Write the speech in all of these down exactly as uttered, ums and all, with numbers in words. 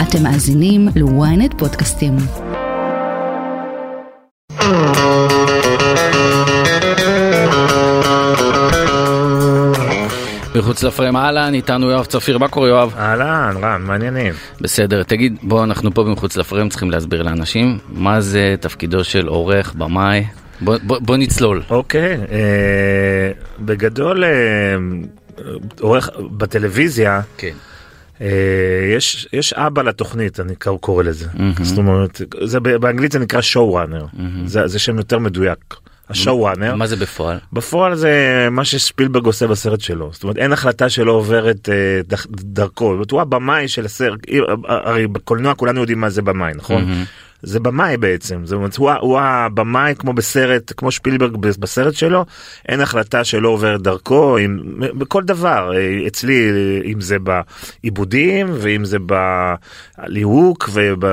אתם מאזינים ל-ynet פודקאסטים. מחוץ לפריים, אהלן, איתנו יואב צפיר. מה קורה, יואב? אהלן, רן, מעניינים. בסדר, תגיד, בוא, אנחנו פה במחוץ לפריים, צריכים להסביר לאנשים מה זה תפקידו של עורך, במאי. בוא, בוא, בוא נצלול. אוקיי, אה, בגדול, אה, עורך בטלוויזיה, כן. אה, יש, יש אבא לתוכנית, אני קורא לזה. Mm-hmm. זאת אומרת, זה, באנגלית זה נקרא showrunner. Mm-hmm. זה, זה שם יותר מדויק. השואו-ראנר. מה זה בפועל? בפועל זה מה ששפילברג עושה בסרט שלו. זאת אומרת, אין החלטה שלא עוברת אה, ד, דרכו. הוא הבמאי של הסרט, הרי בקולנוע כולנו יודעים מה זה במאי, נכון? Mm-hmm. זה במאי בעצם. זאת אומרת, הוא, הוא הבמאי כמו בסרט, כמו שפילברג בסרט שלו, אין החלטה שלא עוברת דרכו, עם, בכל דבר. אצלי, אם זה בעיבודים, ואם זה בליהוק,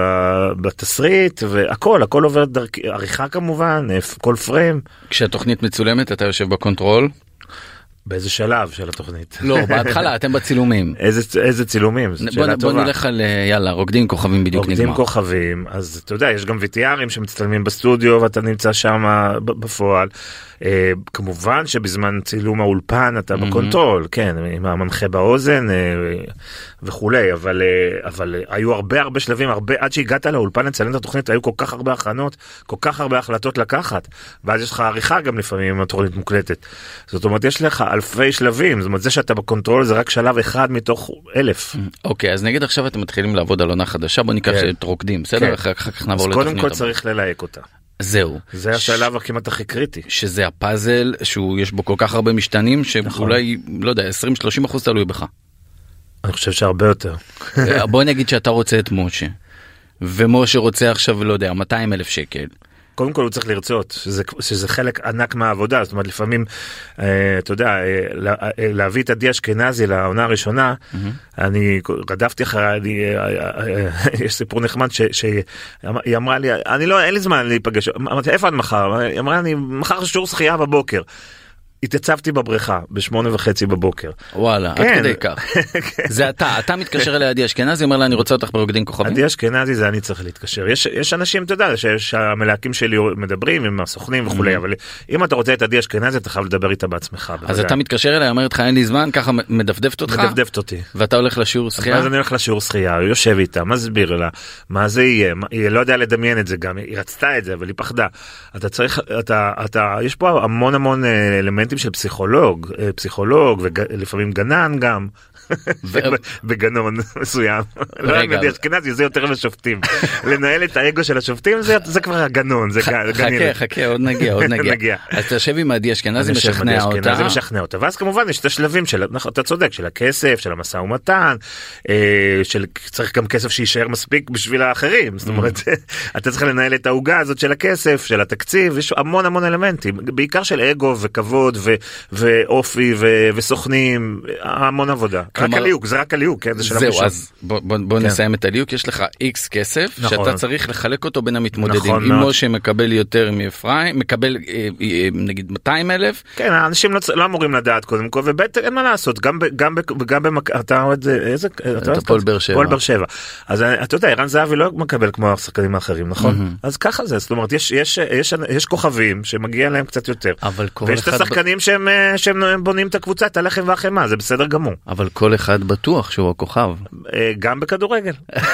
ובתסריט, והכל, הכל עובר דרכי, עריכה כמובן, כל פריים. כשהתוכנית מצולמת, אתה יושב בקונטרול? באיזה שלב של התוכנית? לא, בהתחלה, אתם בצילומים. איזה, איזה צילומים? בוא, בוא נלך על, יאללה, רוקדים כוכבים בדיוק נגמר. רוקדים כוכבים, אז אתה יודע, יש גם ויטיארים שמצטלמים בסטודיו, ואתה נמצא שם בפועל. אה, כמובן שבזמן צילום האולפן אתה mm-hmm. בקונטרול, כן, עם המנחה באוזן אה, וכולי, אבל, אה, אבל אה, היו הרבה הרבה שלבים, הרבה, עד שהגעת לאולפן לצלם את התוכנית, היו כל כך הרבה הכנות, כל כך הרבה החלטות לקחת, ואז יש לך עריכה גם לפעמים עם התוכנית מוקלטת. זאת אומרת, יש לך אלפי שלבים, זאת אומרת, זה שאתה בקונטרול זה רק שלב אחד מתוך אלף. אוקיי, אז נגיד עכשיו אתם מתחילים לעבוד על עונה חדשה, בוא ניקח את רוקדים, בסדר? אחר כך נעבור לתוכניות. אז קודם כל צריך ללהק אותה. זהו. זה השלב הכמעט הכי קריטי. שזה הפאזל, שיש בו כל כך הרבה משתנים, שאולי, לא יודע, עשרים שלושים אחוז תלוי בך. אני חושב שהרבה יותר. בוא נגיד שאתה רוצה את משה, ומשה רוצה עכשיו, לא יודע, מאתיים אלף שקל. קודם כל הוא צריך לרצות, שזה, שזה חלק ענק מהעבודה, זאת אומרת לפעמים, אה, אתה יודע, אה, לה, אה, להביא את עדי אשכנזי לעונה הראשונה, mm-hmm. אני רדפתי אחרי, אני, אה, אה, אה, יש סיפור נחמד ש, שהיא אמרה לי, אני לא, אין לי זמן להיפגש, אמרתי, איפה את מחר? היא אמרה, אני מחר שיעור שחייה בבוקר. התייצבתי בבריכה בשמונה וחצי בבוקר. וואלה, עד כדי כך. זה אתה, אתה מתקשר אליה עדי אשכנזי, אומר לה, אני רוצה אותך ברוקדים כוכבים. עדי אשכנזי זה אני צריך להתקשר. יש, יש אנשים, אתה יודע, שהמלהקים שלי מדברים עם הסוכנים וכולי, אבל אם אתה רוצה את עדי אשכנזי, אתה חייב לדבר איתה בעצמך. אז אתה מתקשר אליה, אומרת לך, אין לי זמן, ככה מדפדפת אותך? מדפדפת אותי. ואתה הולך לשיעור שחייה? אז אני הולך לשיעור שחייה, הוא יושב איתה, מסביר לה, מה זה יהיה, היא לא יודע לדמיין את זה גם, היא רצתה את זה, אבל היא פחדה. אתה צריך, אתה, אתה, יש פה המון המון אלמנטים של פסיכולוג, פסיכולוג, ולפעמים גנן גם, בגנון מסוים. לא עדי אשכנזי, זה יותר משופטים. לנהל את האגו של השופטים, זה כבר הגנון. חכה, חכה, עוד נגיע, עוד נגיע. אז תשב עם עדי אשכנזי, משכנע אותה. זה משכנע אותה. ואז כמובן יש את השלבים של, אתה צודק, של הכסף, של המשא ומתן, צריך גם כסף שישאר מספיק בשביל האחרים. זאת אומרת, אתה צריך לנהל את ההוגה הזאת של הכסף, של התקציב, יש המון המון אלמנטים, בעיקר של אגו וכבוד ואופי וסוכנים, המון עבודה. רק הליוק, זה רק הליוק, כן? זהו, אז בוא נסיים את הליוק, יש לך איקס כסף, שאתה צריך לחלק אותו בין המתמודדים. אם משה מקבל יותר מאפרים, מקבל נגיד מאתיים אלף. כן, האנשים לא אמורים לדעת קודם כל, ובית אין מה לעשות, גם במקום, אתה עוד איזה, אתה פול בר שבע. פול בר שבע. אז אתה יודע, ערן זהבי לא מקבל כמו השחקנים האחרים, נכון? אז ככה זה, זאת אומרת, יש כוכבים שמגיע להם קצת יותר. ויש את השחקנים שהם בונים את הקבוצה, את הלחם והחמה, זה בסדר גמור. אבל כל אחד בטוח שהוא הכוכב. גם בכדורגל.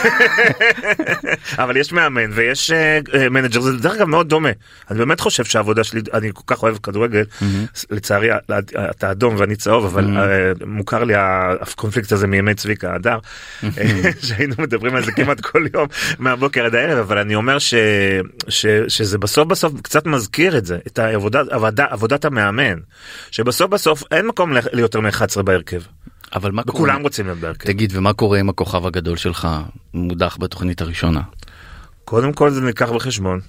אבל יש מאמן ויש מנג'ר, זה דרך כלל מאוד דומה. אני באמת חושב שהעבודה שלי, אני כל כך אוהב כדורגל, לצערי אתה אדום ואני צהוב, אבל מוכר לי הקונפליקט הזה מימי צביקה הדר, שהיינו מדברים על זה כמעט כל יום מהבוקר עד הערב, אבל אני אומר שזה בסוף בסוף קצת מזכיר את זה, את עבודת המאמן, שבסוף בסוף אין מקום ליותר מ-אחד עשר בהרכב. אבל מה קורה? וכולם רוצים להיות בהרכב. תגיד, ומה קורה עם הכוכב הגדול שלך מודח בתוכנית הראשונה? קודם כל זה ניקח בחשבון.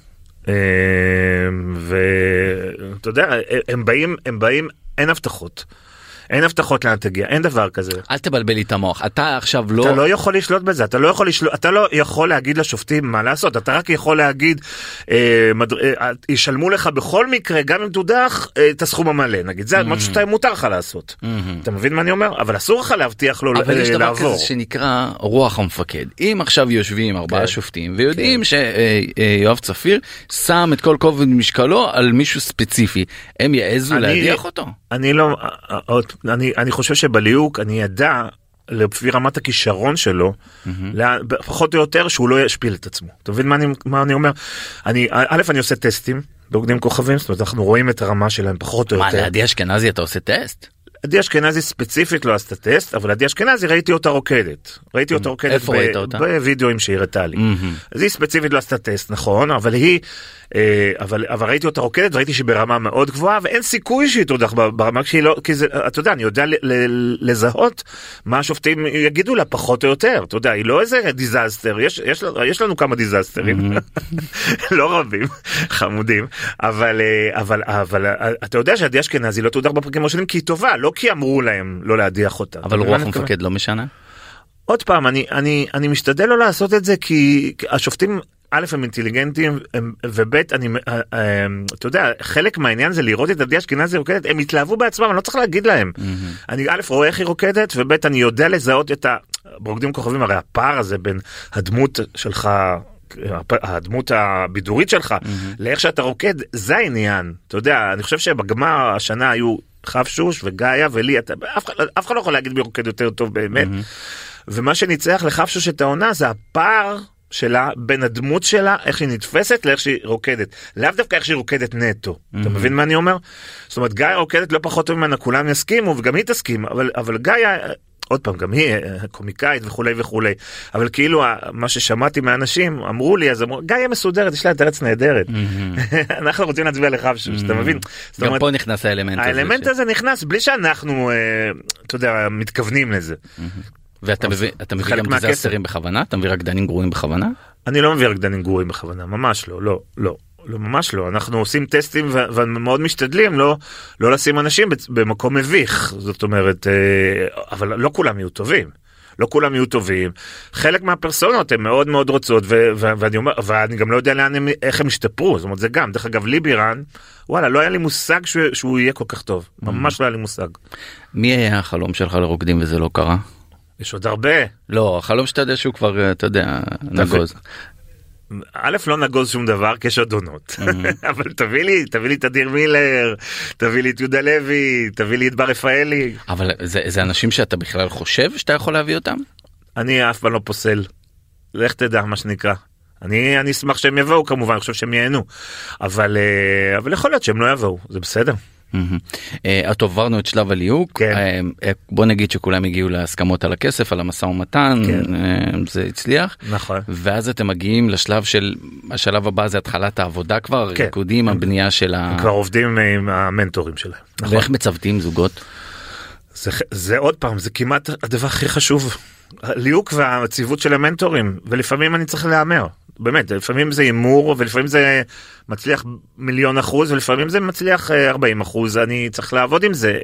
ואתה יודע, הם באים, הם באים, אין הבטחות. אין הבטחות לאן תגיע, אין דבר כזה. אל תבלבל לי את המוח, אתה עכשיו לא... אתה לא יכול לשלוט בזה, אתה לא יכול לשלוט, אתה לא יכול להגיד לשופטים מה לעשות, אתה רק יכול להגיד, אה, מד... אה, ישלמו לך בכל מקרה, גם אם תודח, אה, את הסכום המלא, נגיד, זה מה שאתה מותר לך לעשות. אתה מבין מה אני אומר? אבל אסור לך להבטיח לו לעבור. אבל יש דבר כזה שנקרא רוח המפקד. אם עכשיו יושבים ארבעה שופטים, ויודעים שיואב צפיר שם את כל כובד משקלו על מישהו ספציפי, הם יעזו להדיח אותו? אני לא, אני, אני חושב שבליוק אני ידע לפי רמת הכישרון שלו, פחות או יותר שהוא לא ישפיל את עצמו. אתה מבין מה אני, מה אני אומר? אני, א', אני עושה טסטים, ברוקדים כוכבים, זאת אומרת, אנחנו רואים את הרמה שלהם פחות או יותר. מה, לעדי אשכנזי אתה עושה טסט? עדי אשכנזי ספציפית לא עשתה טסט, אבל עדי אשכנזי ראיתי אותה רוקדת. ראיתי אותה רוקדת איפה ראית אותה? בווידאוים שהיא הראתה לי. אז היא ספציפית לא עשתה טסט, נכון, אבל היא, אבל, אבל ראיתי אותה רוקדת, וראיתי שהיא ברמה מאוד גבוהה, ואין סיכוי שהיא תודח ברמה, כי לא, כי זה, אתה יודע, אני יודע לזהות מה השופטים יגידו לה פחות או יותר, אתה יודע, היא לא איזה דיזסטר, יש, יש, יש לנו כמה דיזסטרים, לא רבים, חמודים, אבל, אבל, אבל, אתה יודע שעדי אשכנזי לא תודח בפרקים הראשונים, כי היא טובה, לא כי אמרו להם לא להדיח אותה. אבל רוח המפקד לא משנה? עוד פעם, אני, אני, אני משתדל לא לעשות את זה, כי השופטים, א', הם אינטליגנטים, וב', אני, אתה יודע, חלק מהעניין זה לראות את עדי אשכנזי רוקדת, הם התלהבו בעצמם, אני לא צריך להגיד להם. אני א', רואה איך היא רוקדת, וב', אני יודע לזהות את הרוקדים כוכבים, הרי הפער הזה בין הדמות שלך, הדמות הבידורית שלך, לאיך שאתה רוקד, זה העניין. אתה יודע, אני חושב שבגמר השנה היו חפשוש וגאיה ולי, אף אחד לא יכול להגיד מי רוקד יותר טוב באמת. ומה שניצח לחפשוש את העונה זה הפער שלה בין הדמות שלה, איך שהיא נתפסת לאיך שהיא רוקדת. לאו דווקא איך שהיא רוקדת נטו. אתה מבין מה אני אומר? זאת אומרת, גאיה רוקדת לא פחות טוב ממנה, כולם יסכימו, וגם היא תסכים, אבל, אבל גאיה, עוד פעם, גם היא קומיקאית וכולי וכולי, אבל כאילו מה ששמעתי מהאנשים, אמרו לי, אז אמרו, גאיה מסודרת, יש לה את ארץ נהדרת. אנחנו רוצים להצביע לחפשוש, אתה מבין? גם פה נכנס האלמנט הזה. האלמנט הזה נכנס, בלי שאנחנו, אתה יודע, מתכוונים לזה. ואתה מביא גם דיזסטרים בכוונה? אתה מביא רקדנים גרועים בכוונה? אני לא מביא רקדנים גרועים בכוונה, ממש לא, לא, לא. לא, ממש לא. אנחנו עושים טסטים ומאוד משתדלים לא, לא לשים אנשים במקום מביך. זאת אומרת, אבל לא כולם יהיו טובים. לא כולם יהיו טובים. חלק מהפרסונות הן מאוד מאוד רוצות, ו- ו- ואני אומר, ואני גם לא יודע לאן הם, איך הם השתפרו. זאת אומרת, זה גם, דרך אגב, ליבירן, וואלה, לא היה לי מושג שהוא, שהוא יהיה כל כך טוב. ממש לא היה לי מושג. מי היה החלום שלך לרוקדים וזה לא קרה? יש עוד הרבה. לא, החלום שאתה יודע שהוא כבר, אתה יודע, נגוז. א', לא נגוז שום דבר, כי יש עוד עונות. אבל תביא לי, תביא לי את אדיר מילר, תביא לי את יהודה לוי, תביא לי את בר רפאלי. אבל זה, זה אנשים שאתה בכלל חושב שאתה יכול להביא אותם? אני אף פעם לא פוסל. לך תדע מה שנקרא. אני, אני אשמח שהם יבואו כמובן, אני חושב שהם ייהנו. אבל, אבל יכול להיות שהם לא יבואו, זה בסדר. את עברנו את שלב הליהוק, בוא נגיד שכולם הגיעו להסכמות על הכסף, על המשא ומתן, זה הצליח, ואז אתם מגיעים לשלב של, השלב הבא זה התחלת העבודה כבר, ריקודים, הבנייה של ה... כבר עובדים עם המנטורים שלהם. ואיך מצוותים זוגות? זה עוד פעם, זה כמעט הדבר הכי חשוב, ליהוק והציוות של המנטורים, ולפעמים אני צריך להאמר. באמת, לפעמים זה אימור, ולפעמים זה מצליח מיליון אחוז, ולפעמים זה מצליח ארבעים אחוז, אני צריך לעבוד עם זה.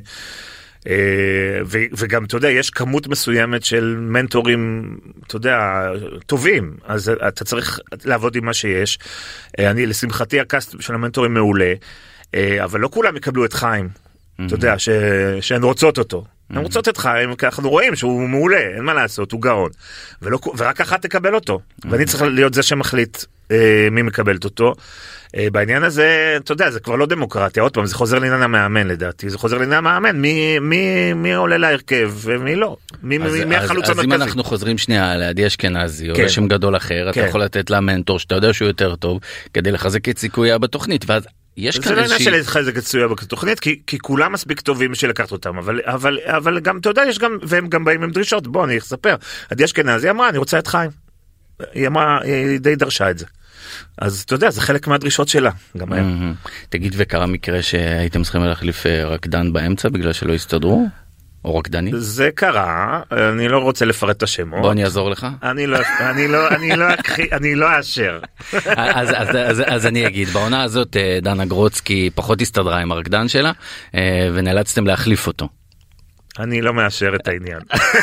וגם, אתה יודע, יש כמות מסוימת של מנטורים, אתה יודע, טובים, אז אתה צריך לעבוד עם מה שיש. אני, לשמחתי, הקאסט של המנטורים מעולה, אבל לא כולם יקבלו את חיים, אתה יודע, שהן רוצות אותו. הן רוצות את חיים, כי אנחנו רואים שהוא מעולה, אין מה לעשות, הוא גאון. ולא, ורק אחת תקבל אותו. ואני צריך להיות זה שמחליט אה, מי מקבלת אותו. אה, בעניין הזה, אתה יודע, זה כבר לא דמוקרטיה. עוד פעם, זה חוזר לעניין המאמן לדעתי. זה חוזר לעניין המאמן. מי, מי, מי עולה להרכב ומי לא. מי, אז, מי, מי אז, החלוץ אז המרכזי. אם אנחנו חוזרים שנייה לעדי אשכנזי, או כן. לשם גדול אחר, כן. אתה יכול לתת לה מנטור שאתה יודע שהוא יותר טוב, כדי לחזק את סיכויה בתוכנית. ואז יש זה לא עניין של לחזק את סיכויה בתוכנית, כי, כי כולם מספיק טובים בשביל לקחת אותם, אבל, אבל, אבל גם, אתה יודע, יש גם, והם גם באים עם דרישות. בוא, אני אספר. עדי אשכנזי אמרה, אני רוצה את חיים. היא אמרה, היא די דרשה את זה. אז אתה יודע, זה חלק מהדרישות שלה, גם היום. תגיד, וקרה מקרה שהייתם צריכים להחליף רקדן באמצע בגלל שלא הסתדרו? או רקדני? זה קרה, אני לא רוצה לפרט את השמות. בוא אני אעזור לך. אני לא, אני לא, אני לא, אני לא אאשר. אז, אז, אז, אז אני אגיד, בעונה הזאת דנה גרוצקי פחות הסתדרה עם הרקדן שלה, ונאלצתם להחליף אותו. אני לא מאשר את העניין.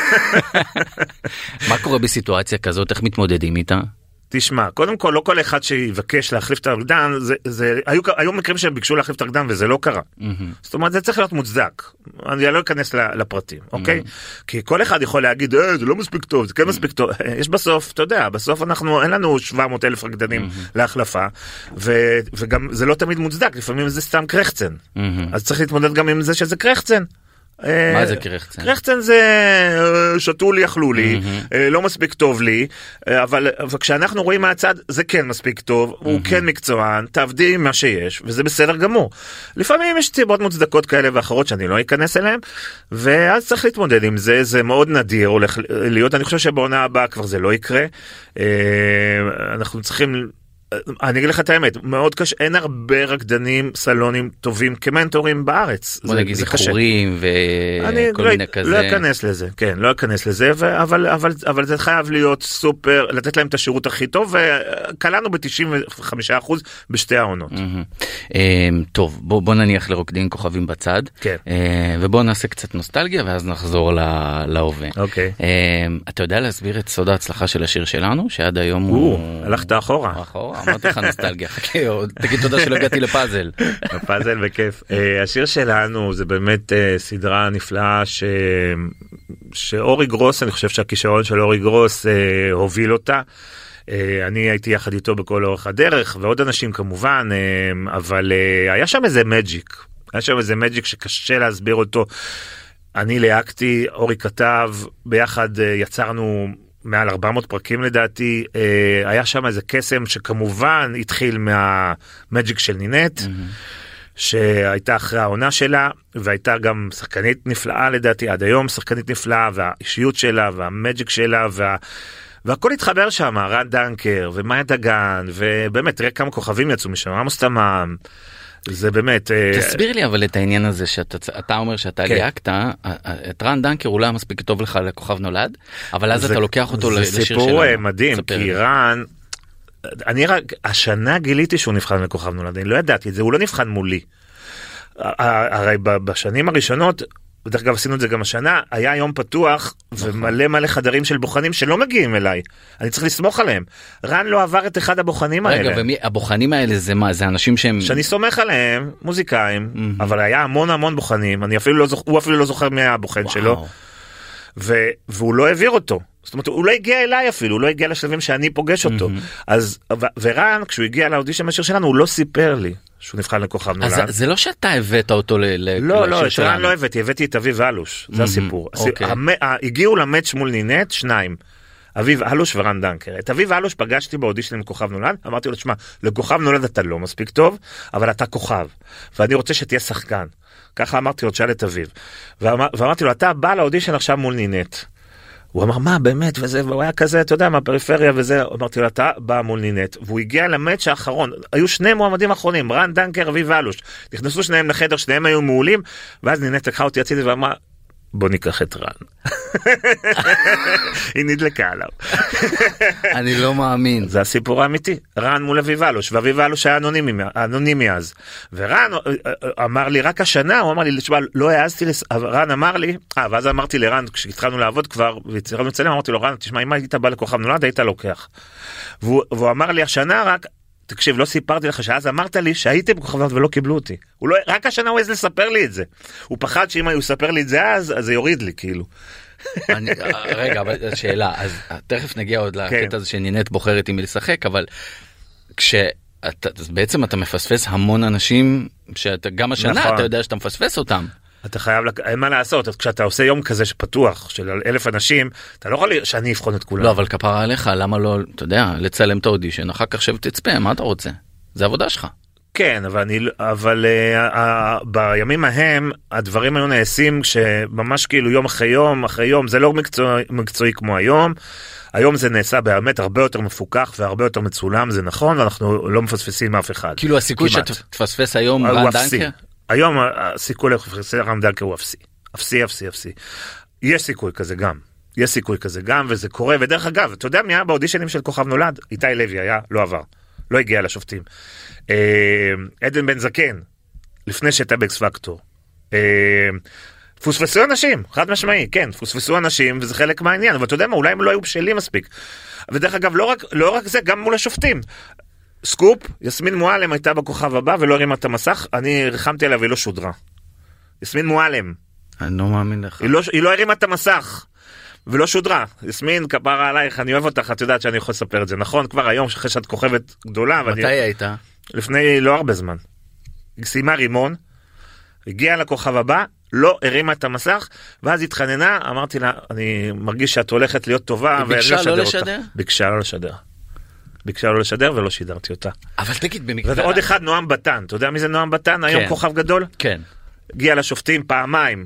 מה קורה בסיטואציה כזאת? איך מתמודדים איתה? תשמע, קודם כל, לא כל אחד שיבקש להחליף את הרקדן, זה, זה, היו, היו מקרים שהם ביקשו להחליף את הרקדן וזה לא קרה. Mm-hmm. זאת אומרת, זה צריך להיות מוצדק. אני לא אכנס לפרטים, mm-hmm. אוקיי? כי כל אחד יכול להגיד, אה, זה לא מספיק טוב, זה כן mm-hmm. מספיק טוב. יש בסוף, אתה יודע, בסוף אנחנו, אין לנו שבע מאות אלף רקדנים mm-hmm. להחלפה, ו, וגם זה לא תמיד מוצדק, לפעמים זה סתם קרחצן. Mm-hmm. אז צריך להתמודד גם עם זה שזה קרחצן. מה זה קרחצן? קרחצן זה שתו לי, אכלו לי, לא מספיק טוב לי, אבל כשאנחנו רואים מהצד זה כן מספיק טוב, הוא כן מקצוען, תעבדי מה שיש, וזה בסדר גמור. לפעמים יש סיבות מוצדקות כאלה ואחרות שאני לא אכנס אליהם, ואז צריך להתמודד עם זה, זה מאוד נדיר הולך להיות, אני חושב שבעונה הבאה כבר זה לא יקרה, אנחנו צריכים... אני אגיד לך את האמת, מאוד קשה, אין הרבה רקדנים, סלונים טובים כמנטורים בארץ. בוא נגיד איחורים וכל מיני כזה. לא אכנס לזה, כן, לא אכנס לזה, אבל, אבל, אבל זה חייב להיות סופר, לתת להם את השירות הכי טוב, וקלענו ב-תשעים וחמישה אחוז בשתי העונות. טוב, בוא נניח לרוקדים כוכבים בצד, ובוא נעשה קצת נוסטלגיה, ואז נחזור להווה. אוקיי. אתה יודע להסביר את סוד ההצלחה של השיר שלנו, שעד היום הוא... הלכת אחורה. אחורה. אמרתי לך נוסטלגיה, חכה, תגיד תודה שלא הגעתי לפאזל. לפאזל בכיף. השיר שלנו זה באמת סדרה נפלאה שאורי גרוס, אני חושב שהכישרון של אורי גרוס הוביל אותה. אני הייתי יחד איתו בכל אורך הדרך, ועוד אנשים כמובן, אבל היה שם איזה מג'יק. היה שם איזה מג'יק שקשה להסביר אותו. אני להקתי, אורי כתב, ביחד יצרנו... מעל ארבע מאות פרקים לדעתי, אה, היה שם איזה קסם שכמובן התחיל מהמג'יק של נינט, mm-hmm. שהייתה אחרי העונה שלה, והייתה גם שחקנית נפלאה לדעתי, עד היום שחקנית נפלאה, והאישיות שלה, והמג'יק שלה, וה... והכל התחבר שם, רן דנקר, ומאיה דגן, ובאמת, תראה כמה כוכבים יצאו משם, עמוס תמם, זה באמת... תסביר לי אבל את העניין הזה שאתה אומר שאתה ליהקת, את רן דנקר הוא לא מספיק טוב לך לכוכב נולד, אבל אז אתה לוקח אותו לשיר שלנו. זה סיפור מדהים, כי רן, אני רק, השנה גיליתי שהוא נבחן לכוכב נולד, אני לא ידעתי את זה, הוא לא נבחן מולי. הרי בשנים הראשונות, בדרך כלל עשינו את זה גם השנה, היה יום פתוח ומלא מלא חדרים של בוחנים שלא מגיעים אליי. אני צריך לסמוך עליהם. רן לא עבר את אחד הבוחנים האלה. רגע, והבוחנים האלה זה מה? זה אנשים שהם... שאני סומך עליהם, מוזיקאים, mm-hmm. אבל היה המון המון בוחנים, אני אפילו לא זוכ... הוא אפילו לא זוכר מי הבוחן וואו. שלו, ו... והוא לא העביר אותו. זאת אומרת, הוא לא הגיע אליי אפילו, הוא לא הגיע לשלבים שאני פוגש אותו. Mm-hmm. אז, ו... ורן, כשהוא הגיע לאודישן מהשיר שלנו, הוא לא סיפר לי. שהוא נבחן לכוכב נולד. אז זה לא שאתה הבאת אותו לשיר שלנו. לא, לא, את רן לא הבאתי, הבאתי את אביב אלוש, זה הסיפור. הגיעו למאץ' מול נינט שניים, אביב אלוש ורן דנקר. את אביב אלוש פגשתי באודישן לכוכב נולד, אמרתי לו, תשמע, לכוכב נולד אתה לא מספיק טוב, אבל אתה כוכב, ואני רוצה שתהיה שחקן. ככה אמרתי לו, תשאל את אביב. ואמרתי לו, אתה בא לאודישן עכשיו מול נינט. הוא אמר, מה, באמת, וזה, והוא היה כזה, אתה יודע, מהפריפריה וזה, אמרתי לו, אתה בא מול נינט, והוא הגיע למאץ' האחרון, היו שני מועמדים אחרונים, רן דנקר, אביב אלוש, נכנסו שניהם לחדר, שניהם היו מעולים, ואז נינט לקחה אותי הצידי ואמרה, בוא ניקח את רן. היא נדלקה עליו. אני לא מאמין. זה הסיפור האמיתי. רן מול אביב אלוש, ואביב אלוש היה אנונימי אז. ורן אמר לי, רק השנה, הוא אמר לי, לשמע, לא העזתי, רן אמר לי, אה, ואז אמרתי לרן, כשהתחלנו לעבוד כבר, והצטרפנו לצלם, אמרתי לו, רן, תשמע, אם היית בא לכוכב נולד, היית לוקח. והוא אמר לי, השנה רק, תקשיב, לא סיפרתי לך שאז אמרת לי שהייתי בכוכב נולד ולא קיבלו אותי. הוא לא, רק השנה הוא איזה לספר לי את זה. הוא פחד שאם הוא יספר לי את זה אז, אז זה יוריד לי, כאילו. אני, רגע, אבל שאלה, אז תכף נגיע עוד לקטע הזה שנינט בוחרת עם מי לשחק, אבל כשאתה, בעצם אתה מפספס המון אנשים, שגם השנה אתה יודע שאתה מפספס אותם. אתה חייב, אין מה לעשות, כשאתה עושה יום כזה שפתוח, של אלף אנשים, אתה לא יכול שאני אבחון את כולם. לא, אבל כפרה עליך, למה לא, אתה יודע, לצלם את האודישן, אחר כך שב תצפה, מה אתה רוצה? זה עבודה שלך. כן, אבל, אני, אבל uh, uh, בימים ההם, הדברים היו נעשים שממש כאילו יום אחרי יום, אחרי יום, זה לא מקצוע, מקצועי כמו היום, היום זה נעשה באמת הרבה יותר מפוקח והרבה יותר מצולם, זה נכון, ואנחנו לא מפספסים אף אחד. כאילו הסיכוי שתפספס היום רן דנקר? היום הסיכוי לפספס רן דנקר הוא אפסי. אפסי, אפסי, אפסי. יש סיכוי כזה גם. יש סיכוי כזה גם, וזה קורה, ודרך אגב, אתה יודע מי היה באודישנים של כוכב נולד? איתי לוי היה, לא עבר. לא הגיע לשופטים. עדן בן זקן, לפני שהייתה באקס פקטור. פוספסו אנשים, חד משמעי, כן, פוספסו אנשים, וזה חלק מהעניין, אבל אתה יודע מה, אולי הם לא היו בשלים מספיק. ודרך אגב, לא רק, לא רק זה, גם מול השופטים. סקופ, יסמין מועלם הייתה בכוכב הבא, ולא הרימה את המסך, אני רחמתי עליה והיא לא שודרה. יסמין מועלם. אני לא מאמין לך. היא לא, היא לא הרימה את המסך, ולא שודרה. יסמין, כפרה עלייך, אני אוהב אותך, את יודעת שאני יכול לספר את זה, נכון? כבר היום, אחרי שאת כוכבת גדולה. מתי ואני... הייתה? לפני לא הרבה זמן. היא סיימה רימון, הגיעה לכוכב הבא, לא הרימה את המסך, ואז התחננה, אמרתי לה, אני מרגיש שאת הולכת להיות טובה, היא ביקשה לא לשדר? ביקשה לא לשדר. ביקשה לא לשדר ולא שידרתי אותה. אבל תגיד במקרה... ועוד אחד, נועם בטן. אתה יודע מי זה נועם בטן? היום כוכב גדול? כן. הגיע לשופטים פעמיים.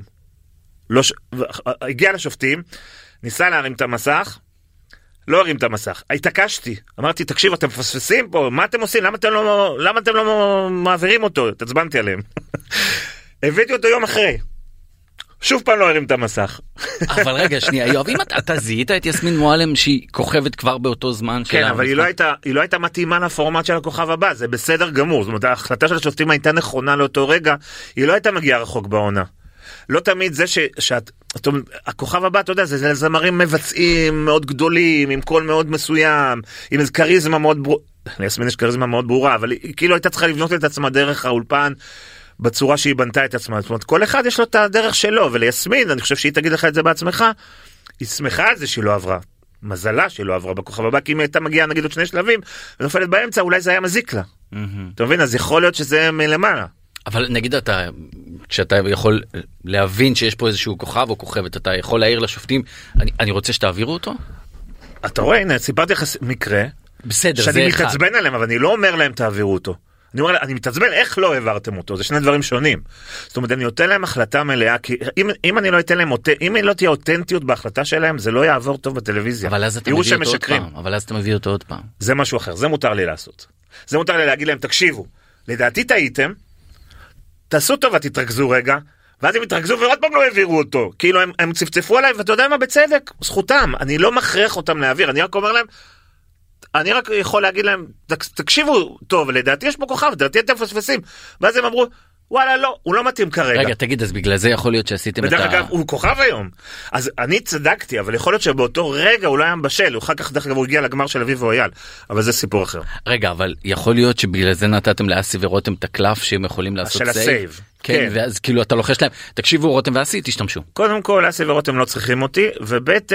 הגיע לשופטים, ניסה להרים את המסך, לא הרים את המסך. התעקשתי. אמרתי, תקשיב, אתם מפספסים פה, מה אתם עושים? למה אתם לא, למה אתם לא מעבירים אותו? תצבנתי עליהם. הבאתי אותו יום אחרי. שוב פעם לא הרים את המסך. אבל רגע, שנייה, יואב, אם אתה זיהית את יסמין מועלם שהיא כוכבת כבר באותו זמן שלה? כן, אבל היא לא הייתה, היא לא הייתה מתאימה לפורמט של הכוכב הבא, זה בסדר גמור. זאת אומרת, ההחלטה של השופטים הייתה נכונה לאותו רגע, היא לא הייתה מגיעה רחוק בעונה. לא תמיד זה ש, שאת, הכוכב הבא, אתה יודע, זה, זה זמרים מבצעים מאוד גדולים, עם קול מאוד מסוים, עם איזו קריזמה מאוד ברורה, ליסמין יש קריזמה מאוד ברורה, אבל היא כאילו הייתה צריכה לבנות את עצמה דרך האולפן, בצורה שהיא בנתה את עצמה. זאת אומרת, כל אחד יש לו את הדרך שלו, וליסמין, אני חושב שהיא תגיד לך את זה בעצמך, היא שמחה על זה שהיא לא עברה. מזלה שהיא לא עברה בכוכב הבא, כי אם היא הייתה מגיעה נגיד עוד שני שלבים, ונופלת באמצע, אולי זה היה מזיק לה. Mm-hmm. אתה מבין? אז יכול להיות שזה מלמעלה. אבל נגיד אתה, כשאתה יכול להבין שיש פה איזשהו כוכב או כוכבת, אתה יכול להעיר לשופטים, אני, אני רוצה שתעבירו אותו? אתה רואה, הנה, סיפרתי לך מקרה, בסדר, שאני מתעצבן עליהם, אבל אני לא אומר להם תעבירו אותו. אני אומר, אני מתעצבן, איך לא העברתם אותו? זה שני דברים שונים. זאת אומרת, אני נותן להם החלטה מלאה, כי אם, אם אני לא אתן להם, אם לא תהיה אותנטיות בהחלטה שלהם, זה לא יעבור טוב בטלוויזיה. אבל אז אתה מביא אותו עוד פעם. אבל אז אתה מביא אותו עוד פעם. זה משהו אחר, זה מותר לי לעשות. זה מותר לי להגיד להם, תקשיבו, לדעתי טעיתם, תעשו טוב ותתרכזו רגע, ואז הם התרכזו ועוד פעם לא העבירו אותו. כאילו הם, הם צפצפו עליי, ואתה יודע מה, בצדק, זכותם. אני לא מכריח אותם להעביר, אני רק אומר להם, אני רק יכול להגיד להם, תקשיבו טוב, לדעתי יש פה כוכב, לדעתי אתם פספסים. ואז הם אמרו, וואלה, לא, הוא לא מתאים כרגע. רגע, תגיד, אז בגלל זה יכול להיות שעשיתם את ה... בדרך אגב, הוא כוכב היום. אז אני צדקתי, אבל יכול להיות שבאותו רגע הוא לא היה מבשל, אחר כך דרך אגב הוא הגיע לגמר של אביב ואויל, אבל זה סיפור אחר. רגע, אבל יכול להיות שבגלל זה נתתם לאסי ורותם את הקלף שהם יכולים לעשות סייב? של הסייב. כן, ואז כאילו אתה לוחש להם, תקשיבו רותם ואסי, תשתמשו. קודם כל, אסי ורותם לא צריכים אותי, ובית,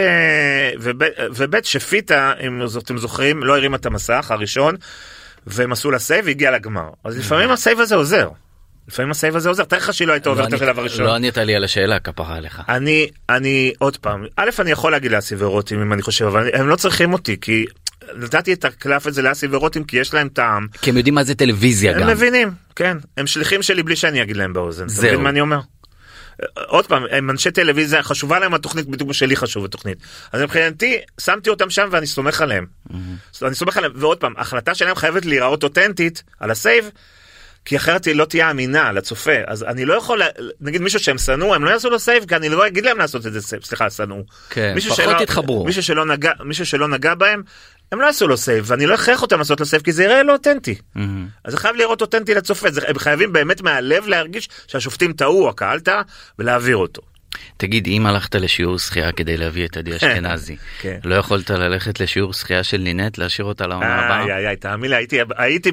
ובית שפיטה, אם אתם זוכרים, לא הרימה את המסך הראשון, והם עשו לסייב והגיע לגמר. אז לפעמים הסייב הזה עוזר. לפעמים הסייב הזה עוזר, תראה לך שהיא לא הייתה עוברת השלב הראשון. לא ענית לי על השאלה, כפרה עליך. אני, אני, עוד פעם, א', אני יכול להגיד לאסי ורותם, אם אני חושב, אבל הם לא צריכים אותי, כי נתתי את הקלף הזה לאסי ורותם, כי יש להם טעם. כי הם יודעים מה זה טלוויזיה גם. הם מבינים, כן. הם שליחים שלי בלי שאני אגיד להם באוזן. זהו. אתה מבין מה אני אומר? עוד פעם, הם אנשי טלוויזיה, חשובה להם התוכנית, בדיוק כמו שלי חשוב התוכנית. אז מבחינתי, שמתי אותם שם ואני סומך עליהם. אני סומך עליהם, ועוד פעם, ההחלטה שלהם חייבת להיראות אותנטית על הסייב, כי אחרת היא לא תהיה אמינה לצופה. אז אני לא יכול, נגיד מישהו שהם סנו, הם לא יעשו לו סייב, כי אני לא אגיד להם לעשות את זה סייב, סליחה, סנו. כן, פחות תתחברו. מישהו שלא נגע, מישהו שלא נגע בהם, הם לא יעשו לו סייב, ואני לא אכרח אותם לעשות לו סייב, כי זה יראה לו אותנטי. אז זה חייב לראות אותנטי לצופה, הם חייבים באמת מהלב להרגיש שהשופטים טעו, הקהל טעה, ולהעביר אותו. תגיד, אם הלכת לשיעור שחייה כדי להביא את עדי אשכנזי, לא יכולת ללכת לשיעור שחייה של נינט, להשאיר אותה לעונה הבאה? איי, איי, תאמין לי, הייתי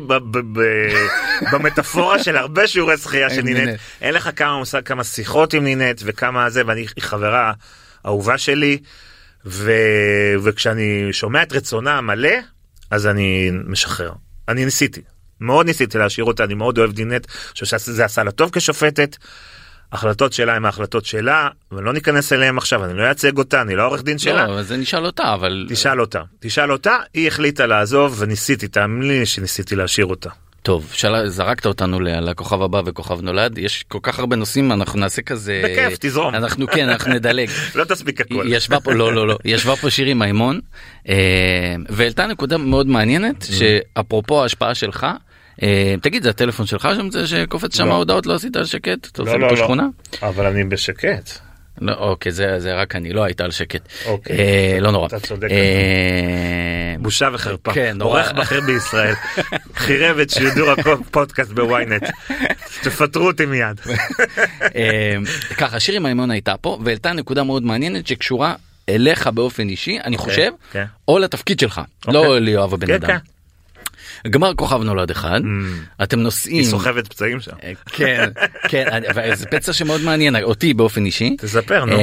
במטאפורה של הרבה שיעורי שחייה של נינט. אין לך כמה שיחות עם נינט וכמה זה, ואני חברה אהובה שלי, וכשאני שומע את רצונה המלא, אז אני משחרר. אני ניסיתי, מאוד ניסיתי להשאיר אותה, אני מאוד אוהב נינט, שזה עשה לה טוב כשופטת, החלטות שלה הם ההחלטות שלה, ולא ניכנס אליהם עכשיו, אני לא אעצג אותה, אני לא עורך דין שלה. לא, זה נשאל אותה, אבל... תשאל אותה, תשאל אותה, היא החליטה לעזוב, וניסיתי, תאמין לי שניסיתי להשאיר אותה. טוב, שאלה, זרקת אותנו לכוכב הבא וכוכב נולד, יש כל כך הרבה נושאים, אנחנו נעשה כזה... בכיף, תזרום. אנחנו כן, אנחנו נדלג. לא תספיק הכל. ישבה פה, לא, לא, לא, ישבה פה שירי מימון, והעלתה נקודה מאוד מעניינת, שאפרופו ההשפעה שלך, תגיד, זה הטלפון שלך שם זה שקופץ שם ההודעות, לא עשית על שקט? אתה עושה פה שכונה? אבל אני בשקט. אוקיי, זה רק אני, לא היית על שקט. אוקיי. לא נורא. אתה צודק. בושה וחרפה. כן, עורך בכיר בישראל. חירב את שידור הפודקאסט בוויינט. תפטרו אותי מיד. ככה, שירי מימון הייתה פה, והעלתה נקודה מאוד מעניינת שקשורה אליך באופן אישי, אני חושב, או לתפקיד שלך, לא ליואב הבן אדם. גמר כוכב נולד אחד, אתם נוסעים... היא סוחבת פצעים שם. כן, כן, וזה פצע שמאוד מעניין, אותי באופן אישי. תספר, נו.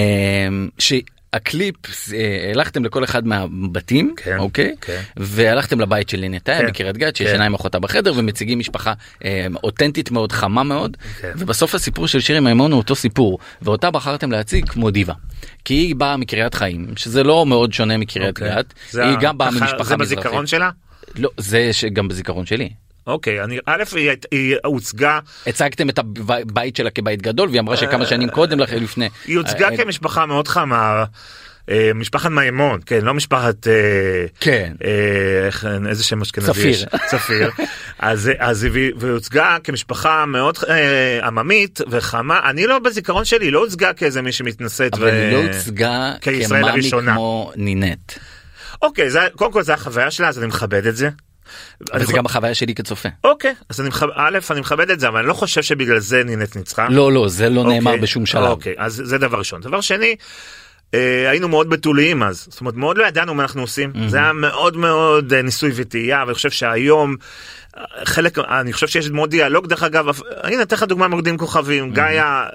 שהקליפ, הלכתם לכל אחד מהבתים, אוקיי? והלכתם לבית של לינטאיה בקריית גת, שישנה עם אחותה בחדר, ומציגים משפחה אותנטית מאוד, חמה מאוד, ובסוף הסיפור של שירי מימון הוא אותו סיפור, ואותה בחרתם להציג כמו דיבה. כי היא באה מקריית חיים, שזה לא מאוד שונה מקריית גת, היא גם באה ממשפחה מזרחית. זה בזיכרון שלה? לא, זה גם בזיכרון שלי. אוקיי, אני, א', היא הוצגה... הצגתם את הבית שלה כבית גדול, והיא אמרה שכמה שנים קודם לכן לפני... היא הוצגה כמשפחה מאוד חמה, משפחת מימון, כן, לא משפחת... כן. איזה שם אשכנזי יש? צפיר. צפיר. אז היא הוצגה כמשפחה מאוד עממית וחמה, אני לא בזיכרון שלי, לא הוצגה כאיזה מי שמתנשאת אבל היא לא הוצגה כמאמי כמו נינט. אוקיי, קודם כל זה החוויה שלה, אז אני מכבד את זה. אבל זה גם החוויה שלי כצופה. אוקיי, אז אני מכבד, א', אני מכבד את זה, אבל אני לא חושב שבגלל זה נינט ניצחה. לא, לא, זה לא נאמר בשום שלב. אוקיי, אז זה דבר ראשון. דבר שני, היינו מאוד בתוליים אז, זאת אומרת, מאוד לא ידענו מה אנחנו עושים. זה היה מאוד מאוד ניסוי וטעייה, ואני חושב שהיום, חלק, אני חושב שיש מאוד דיאלוג, דרך אגב, הנה, נתן לך דוגמה מוקדים כוכבים, גיא,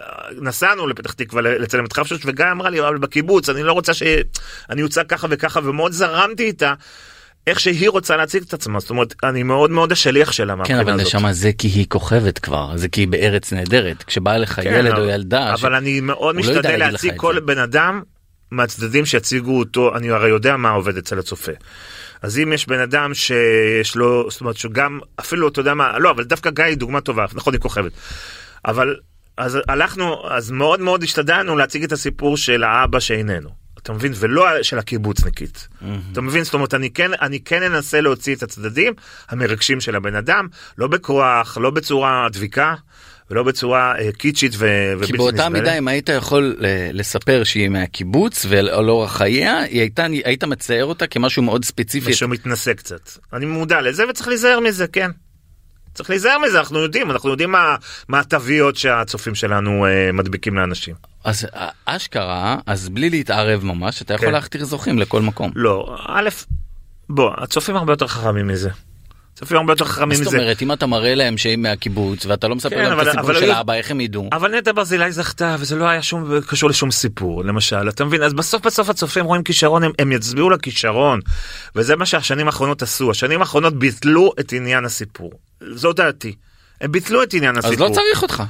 נסענו לפתח תקווה לצלם את חפשוש, וגיא אמרה לי, אבל בקיבוץ, אני לא רוצה שאני יוצא ככה וככה, ומאוד זרמתי איתה, איך שהיא רוצה להציג את עצמה, זאת אומרת, אני מאוד מאוד השליח שלה. כן, אבל נשמה, זה כי היא כוכבת כבר, זה כי היא בארץ נהדרת, כשבא לך ילד או ילדה, אבל אני מאוד משתדל להציג כל בן אדם, מהצדדים שיציגו אותו, אני הרי יודע מה עובד אצל הצופה. אז אם יש בן אדם שיש לו, זאת אומרת שגם, אפילו אתה יודע מה, לא, אבל דווקא גיא היא דוגמה טובה, נכון, היא כוכבת. אבל, אז הלכנו, אז מאוד מאוד השתדלנו להציג את הסיפור של האבא שאיננו. אתה מבין? ולא של הקיבוצניקית. אתה מבין? זאת אומרת, אני כן, אני כן אנסה להוציא את הצדדים המרגשים של הבן אדם, לא בכוח, לא בצורה דביקה, ולא בצורה אה, קיצ'ית ו- ובלתי נסבלת. כי באותה מידה, אם היית יכול לספר שהיא מהקיבוץ ועל אורח חייה, הייתה, היית מצייר אותה כמשהו מאוד ספציפי. משהו מתנסה קצת. אני מודע לזה וצריך להיזהר מזה, כן. צריך להיזהר מזה, אנחנו יודעים, אנחנו יודעים מה, מה התוויות שהצופים שלנו אה, מדביקים לאנשים. אז אשכרה, אז בלי להתערב ממש, אתה יכול כן. להכתיר זוכים לכל מקום. לא, א', בוא, הצופים הרבה יותר חכמים מזה. צופים הרבה יותר חכמים מזה. זאת אומרת, אם אתה מראה להם שהם מהקיבוץ, ואתה לא מספר להם את הסיפור של האבא, איך הם ידעו? אבל נטע ברזילי זכתה, וזה לא היה שום, קשור לשום סיפור, למשל. אתה מבין? אז בסוף בסוף הצופים רואים כישרון, הם, הם יצביעו לכישרון, וזה מה שהשנים האחרונות עשו. השנים האחרונות ביטלו את עניין הסיפור. זאת דעתי. הם ביטלו את עניין הסיפור. אז לא צריך אותך.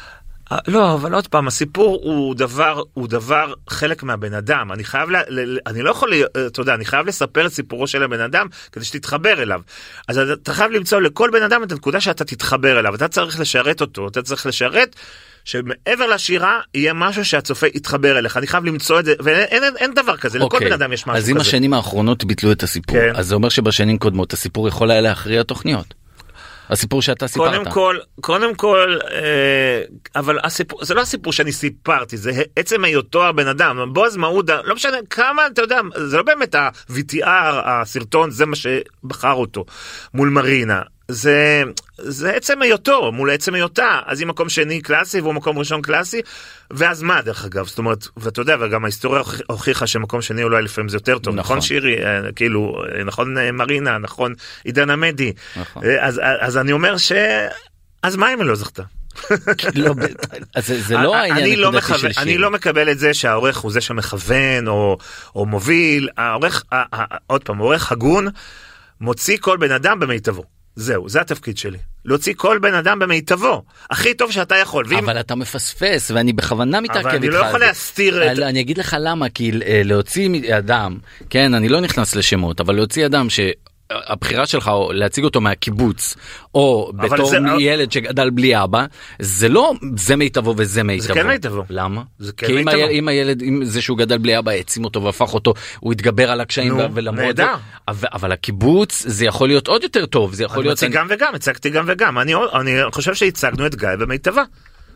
לא, אבל עוד פעם, הסיפור הוא דבר, הוא דבר חלק מהבן אדם. אני חייב, ל, ל, אני לא יכול, אתה יודע, אני חייב לספר את סיפורו של הבן אדם כדי שתתחבר אליו. אז אתה חייב למצוא לכל בן אדם את הנקודה שאתה תתחבר אליו. אתה צריך לשרת אותו, אתה צריך לשרת שמעבר לשירה יהיה משהו שהצופה יתחבר אליך. אני חייב למצוא את זה, ואין אין, אין דבר כזה, לכל בן אדם יש משהו כזה. אז אם השנים האחרונות ביטלו את הסיפור, כן. אז זה אומר שבשנים קודמות הסיפור יכול היה להכריע תוכניות. הסיפור שאתה סיפרת. קודם כל, קודם כל, אה, אבל הסיפור, זה לא הסיפור שאני סיפרתי, זה עצם היותו הבן אדם. בועז מעודה, לא משנה כמה, אתה יודע, זה לא באמת ה-וי טי אר, הסרטון, זה מה שבחר אותו, מול מרינה. זה, זה עצם היותו, מול עצם היותה. אז היא מקום שני קלאסי, והוא מקום ראשון קלאסי, ואז מה, דרך אגב? זאת אומרת, ואתה יודע, וגם ההיסטוריה הוכיחה שמקום שני אולי לפעמים זה יותר טוב. נכון, נכון שירי, כאילו, נכון מרינה, נכון עידן עמדי. נכון. אז, אז אני אומר ש... אז מה אם היא לא זכתה? לא, אז זה לא העניין נקודתי של שיר. אני לא מקבל את זה שהעורך הוא זה שמכוון או, או מוביל. העורך, עוד פעם, העורך הגון מוציא כל בן אדם במיטבו. זהו, זה התפקיד שלי. להוציא כל בן אדם במיטבו. הכי טוב שאתה יכול. ואם... אבל אתה מפספס, ואני בכוונה מתעכב איתך. אבל אני לא יכול להסתיר את... אני אגיד לך למה, כי להוציא אדם, כן, אני לא נכנס לשמות, אבל להוציא אדם ש... הבחירה שלך להציג אותו מהקיבוץ או בתור זה... ילד שגדל בלי אבא, זה לא זה מיטבו וזה מיטבו. זה כן מיטבו. למה? זה כן כי מיטבו. אם, אם הילד, אם זה שהוא גדל בלי אבא העצים אותו והפך אותו, הוא יתגבר על הקשיים נו, ולמרות זאת. אבל, אבל הקיבוץ זה יכול להיות עוד יותר טוב, זה יכול להיות... אני... גם וגם, הצגתי גם וגם. אני, אני חושב שהצגנו את גיא במיטבה.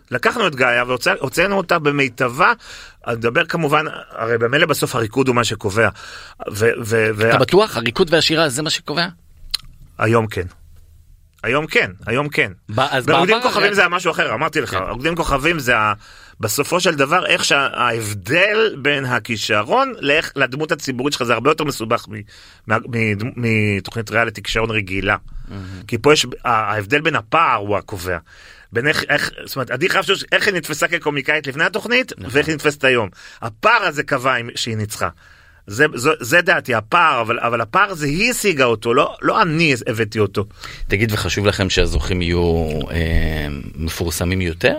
לקחנו את גאיה והוצאנו אותה במיטבה, נדבר כמובן, הרי במילא בסוף הריקוד הוא מה שקובע. אתה בטוח? הריקוד והשירה זה מה שקובע? היום כן. היום כן, היום כן. ברוקדים כוכבים זה משהו אחר, אמרתי לך, רוקדים כוכבים זה בסופו של דבר איך שההבדל בין הכישרון לדמות הציבורית שלך זה הרבה יותר מסובך מתוכנית ריאליטי כישרון רגילה. כי פה יש, ההבדל בין הפער הוא הקובע. בין איך, איך, זאת אומרת, עדי חייב איך היא נתפסה כקומיקאית לפני התוכנית, ואיך היא נתפסת היום. הפער הזה קבע שהיא ניצחה. זה, זה, זה דעתי, הפער, אבל, אבל הפער זה היא השיגה אותו, לא, לא אני הבאתי אותו. תגיד, וחשוב לכם שהזוכים יהיו אה, מפורסמים יותר?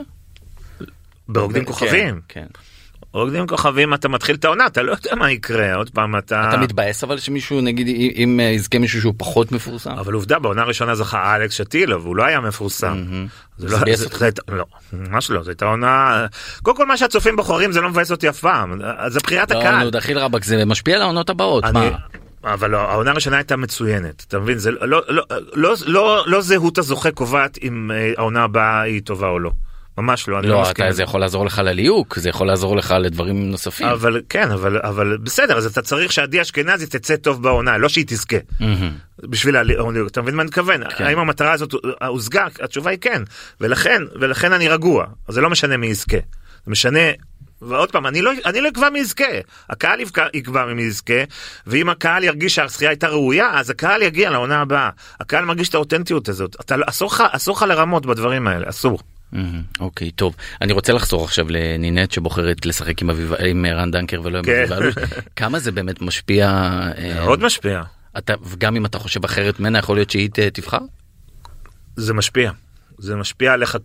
ברוקדים כוכבים. כן, כן. רוקדים כוכבים, אתה מתחיל את העונה, אתה לא יודע מה יקרה, עוד פעם אתה... אתה מתבאס אבל שמישהו, נגיד, אם יזכה מישהו שהוא פחות מפורסם? אבל עובדה, בעונה הראשונה זכה אלכס שטילוב, והוא לא היה מפורסם. זה מבאס אותך? לא, ממש לא, זו הייתה עונה... קודם כל מה שהצופים בוחרים זה לא מבאס אותי אף פעם, זה בחירת הקהל. לא, נו, דחיל רבק, זה משפיע על העונות הבאות, מה? אבל העונה הראשונה הייתה מצוינת, אתה מבין? זה לא, לא, לא, לא, לא זהות הזוכה קובעת אם העונה הבאה היא טובה או לא. ממש לא, אני לא מסכים. לא, זה יכול לעזור לך לליהוק, זה יכול לעזור לך לדברים נוספים. אבל כן, אבל, אבל בסדר, אז אתה צריך שעדי אשכנזי תצא טוב בעונה, לא שהיא תזכה. בשביל הליהוק, אתה מבין מה אני מתכוון? האם המטרה הזאת הושגה? התשובה היא כן. ולכן, ולכן אני רגוע. אז זה לא משנה מי יזכה. זה משנה, ועוד פעם, אני לא, אני לא אקבע מי יזכה. הקהל יקבע מי יזכה, ואם הקהל ירגיש שהזכייה הייתה ראויה, אז הקהל יגיע לעונה הבאה. הקהל מרגיש את האותנטיות הזאת. אתה, אסור לך, אסור לך לרמות בדברים האלה, אסור. אוקיי, טוב. אני רוצה לחזור עכשיו לנינט שבוחרת לשחק עם רן דנקר ולא עם אביב אלוש. כמה זה באמת משפיע? מאוד משפיע. וגם אם אתה חושב אחרת ממנה, יכול להיות שהיא תבחר? זה משפיע. זה משפיע עליך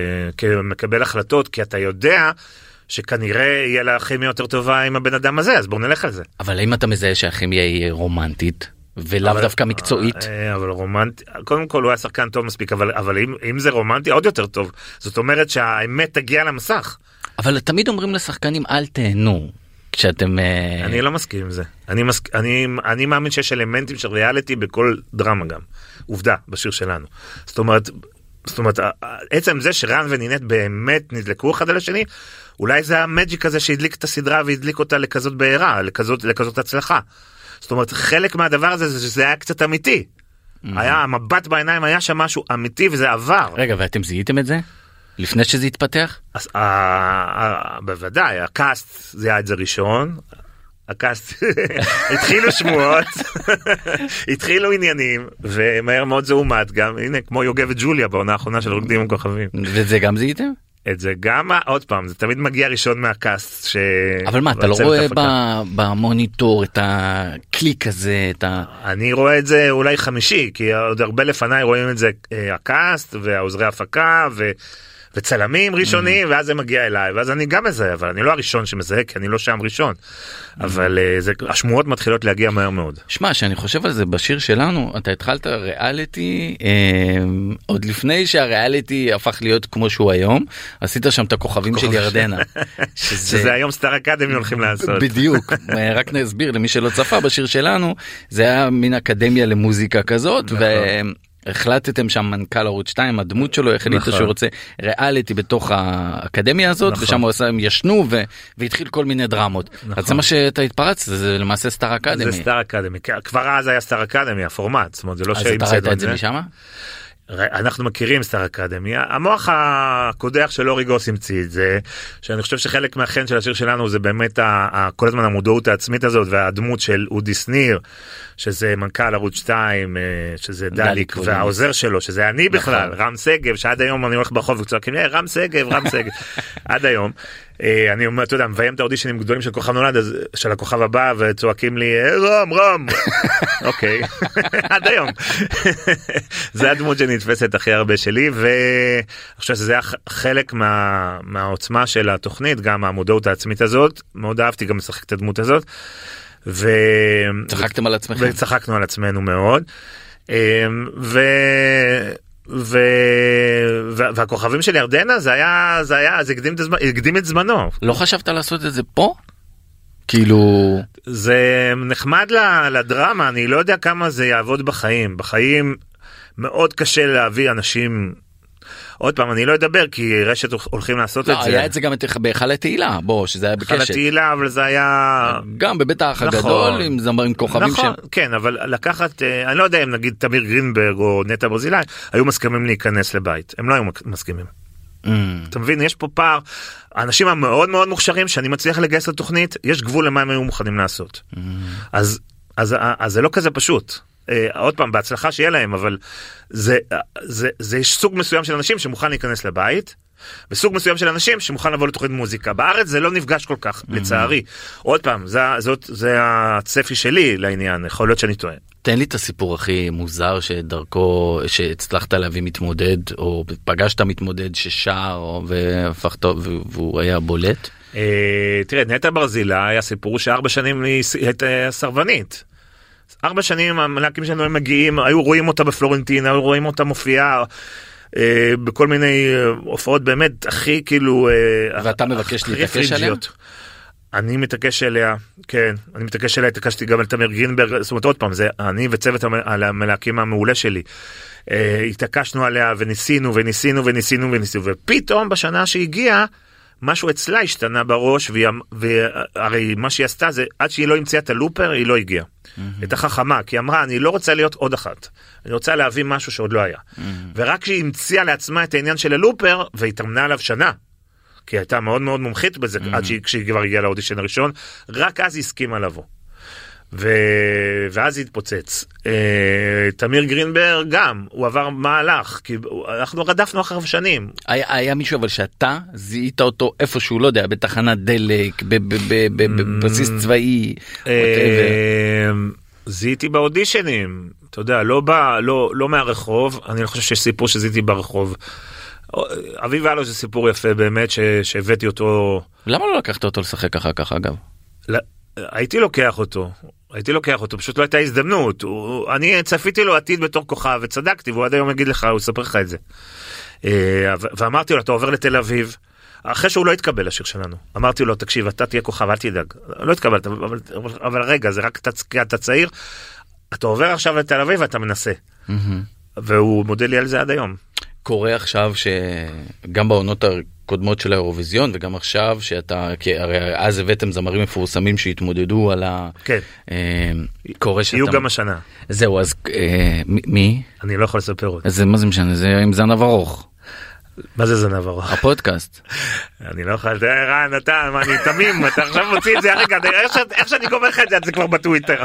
כמקבל החלטות, כי אתה יודע שכנראה יהיה לה כימיה יותר טובה עם הבן אדם הזה, אז בואו נלך על זה. אבל אם אתה מזהה שהכימיה היא רומנטית, ולאו דווקא מקצועית. אבל רומנטי, קודם כל הוא היה שחקן טוב מספיק, אבל, אבל אם, אם זה רומנטי, עוד יותר טוב. זאת אומרת שהאמת תגיע למסך. אבל תמיד אומרים לשחקנים, אל תהנו, כשאתם... אני לא מסכים עם זה. אני, מסק... אני, אני מאמין שיש אלמנטים של ריאליטי בכל דרמה גם. עובדה, בשיר שלנו. זאת אומרת, זאת אומרת, עצם זה שרן ונינט באמת נדלקו אחד על השני, אולי זה המג'יק הזה שהדליק את הסדרה והדליק אותה לכזאת בהירה, לכזאת, לכזאת הצלחה. זאת אומרת, חלק מהדבר הזה זה שזה היה קצת אמיתי. היה, המבט בעיניים היה שם משהו אמיתי וזה עבר. רגע, ואתם זיהיתם את זה? לפני שזה התפתח? אז בוודאי, הקאסט זה היה את זה ראשון. הקאסט, התחילו שמועות, התחילו עניינים, ומהר מאוד זה אומת גם, הנה, כמו יוגב וג'וליה בעונה האחרונה של רוקדים עם כוכבים. וזה גם זיהיתם? את זה גם, עוד פעם, זה תמיד מגיע ראשון מהקאסט ש... אבל מה, אתה לא רואה במוניטור את הקליק הזה, את ה... אני רואה את זה אולי חמישי, כי עוד הרבה לפניי רואים את זה הקאסט, והעוזרי הפקה, ו... וצלמים ראשונים, ואז זה מגיע אליי, ואז אני גם מזהה, אבל אני לא הראשון שמזהה, כי אני לא שם ראשון. אבל זה, השמועות מתחילות להגיע מהר מאוד. שמע, שאני חושב על זה בשיר שלנו, אתה התחלת ריאליטי, אה, עוד לפני שהריאליטי הפך להיות כמו שהוא היום, עשית שם את הכוכבים של ירדנה. שזה, שזה היום סטאר אקדמי הולכים לעשות. בדיוק, רק נסביר למי שלא צפה בשיר שלנו, זה היה מין אקדמיה למוזיקה כזאת, ו... החלטתם שם מנכ"ל ערוץ שתיים, הדמות שלו החליטה שהוא רוצה ריאליטי בתוך האקדמיה הזאת, ושם הם ישנו והתחיל כל מיני דרמות. אז זה מה שאתה התפרץ, זה למעשה סטאר אקדמי. זה סטאר אקדמי, כבר אז היה סטאר אקדמי, הפורמט, זאת אומרת, זה לא אז אתה ראית את זה משם? אנחנו מכירים סטאר אקדמיה, המוח הקודח של אורי גוס המציא את זה, שאני חושב שחלק מהחן של השיר שלנו זה באמת כל הזמן המודעות העצמית הזאת, והדמות של אודי שניר, שזה מנכ"ל ערוץ שתיים, שזה דליק, והעוזר שלו, שזה אני בכלל, רם סגב, שעד היום אני הולך ברחוב וצועקים, רם סגב, רם סגב, עד היום. אני אומר, אתה יודע, מביים את האודישנים גדולים של כוכב נולד, של הכוכב הבא, וצועקים לי, רם, רם. אוקיי, עד היום. זה הדמות שנתפסת הכי הרבה שלי, ואני חושב שזה היה חלק מהעוצמה של התוכנית, גם המודעות העצמית הזאת, מאוד אהבתי גם לשחק את הדמות הזאת. צחקתם על עצמכם. וצחקנו על עצמנו מאוד. ו... ו... והכוכבים של ירדנה זה היה, זה היה, זה הקדים את הזמן, הקדים את זמנו. לא חשבת לעשות את זה פה? כאילו... זה נחמד לדרמה, אני לא יודע כמה זה יעבוד בחיים. בחיים מאוד קשה להביא אנשים, עוד פעם, אני לא אדבר, כי רשת הולכים לעשות את זה. היה את זה גם בהיכל התהילה, בוא, שזה היה בקשת. היכל התהילה, אבל זה היה... גם בבית האח הגדול, עם זמרים כוכבים שם. כן, אבל לקחת, אני לא יודע אם נגיד תמיר גרינברג או נטע ברזילי, היו מסכימים להיכנס לבית. הם לא היו מסכימים. אתה מבין, יש פה פער. האנשים המאוד מאוד מוכשרים, שאני מצליח לגייס לתוכנית, יש גבול למה הם היו מוכנים לעשות. אז זה לא כזה פשוט. עוד פעם, בהצלחה שיהיה להם, אבל זה, זה, זה יש סוג מסוים של אנשים שמוכן להיכנס לבית, וסוג מסוים של אנשים שמוכן לבוא לתוכנית מוזיקה. בארץ זה לא נפגש כל כך, לצערי. עוד פעם, זה, זאת, זה הצפי שלי לעניין, יכול להיות שאני טועה. תן לי את הסיפור הכי מוזר שדרכו, שהצלחת להביא מתמודד, או פגשת מתמודד ששר, והפכת, והוא היה בולט. תראה, נטע ברזילי היה סיפור שארבע שנים הייתה סרבנית. ארבע שנים המלהקים שלנו הם מגיעים, היו רואים אותה בפלורנטין, היו רואים אותה מופיעה אה, בכל מיני הופעות באמת הכי כאילו... אה, ואתה מבקש להתעקש עליה? אני מתעקש אליה, כן, אני מתעקש אליה, התעקשתי גם על תמיר גרינברג, זאת אומרת עוד פעם, זה אני וצוות המלהקים המעולה שלי, אה, התעקשנו עליה וניסינו וניסינו וניסינו וניסינו, ופתאום בשנה שהגיעה, משהו אצלה השתנה בראש, והרי מה שהיא עשתה זה, עד שהיא לא המציאה את הלופר, היא לא הגיעה. את החכמה, כי היא אמרה, אני לא רוצה להיות עוד אחת. אני רוצה להביא משהו שעוד לא היה. ורק כשהיא המציאה לעצמה את העניין של הלופר, והיא תמנה עליו שנה, כי היא הייתה מאוד מאוד מומחית בזה, עד שהיא כבר הגיעה לאודישן הראשון, רק אז היא הסכימה לבוא. ו... ואז היא התפוצץ. אה, תמיר גרינברג גם, הוא עבר מהלך, כי אנחנו רדפנו אחריו שנים. היה, היה מישהו אבל שאתה זיהית אותו איפשהו, לא יודע, בתחנת דלק, בבסיס צבאי. אה, זיהיתי באודישנים, אתה יודע, לא, בא, לא, לא מהרחוב, אני לא חושב שיש סיפור שזיהיתי ברחוב. אביב היה לו זה סיפור יפה באמת, ש... שהבאתי אותו... למה לא לקחת אותו לשחק אחר כך אגב? לא... הייתי לוקח אותו, הייתי לוקח אותו, פשוט לא הייתה הזדמנות, הוא, אני צפיתי לו עתיד בתור כוכב, וצדקתי, והוא עד היום יגיד לך, הוא יספר לך את זה. ואמרתי לו, אתה עובר לתל אביב, אחרי שהוא לא התקבל לשיר שלנו, אמרתי לו, תקשיב, אתה תהיה כוכב, אל תדאג, לא התקבלת, אבל, אבל, אבל רגע, זה רק אתה, אתה צעיר, אתה עובר עכשיו לתל אביב ואתה מנסה. Mm-hmm. והוא מודה לי על זה עד היום. קורה עכשיו שגם בעונות הקודמות של האירוויזיון וגם עכשיו שאתה, כי הרי אז הבאתם זמרים מפורסמים שהתמודדו על ה... כן. אה, קורה שאתה... יהיו גם השנה. זהו, אז אה, מי? אני לא יכול לספר אותי. אז מה זה משנה? זה עם זנב ארוך. מה זה זנב ארוך? הפודקאסט. אני לא יכול... רן, אתה, מה, אני תמים, אתה עכשיו מוציא את זה, רגע, איך שאני גומר לך את זה, זה כבר בטוויטר.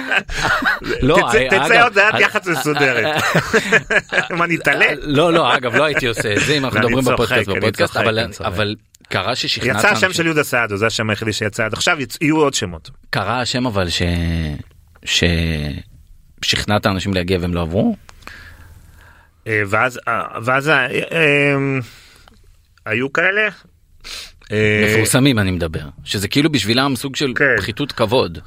תצא עוד דעת יחד מסודרת. מה, אני תלה? לא, לא, אגב, לא הייתי עושה את זה, אם אנחנו מדברים בפודקאסט, אבל קרה ששכנעת... יצא השם של יהודה סעדו, זה השם היחידי שיצא עד עכשיו, יהיו עוד שמות. קרה השם אבל ששכנעת אנשים להגיע והם לא עברו? ואז, ואז היו כאלה מפורסמים אני מדבר, שזה כאילו בשבילם סוג של פחיתות כבוד.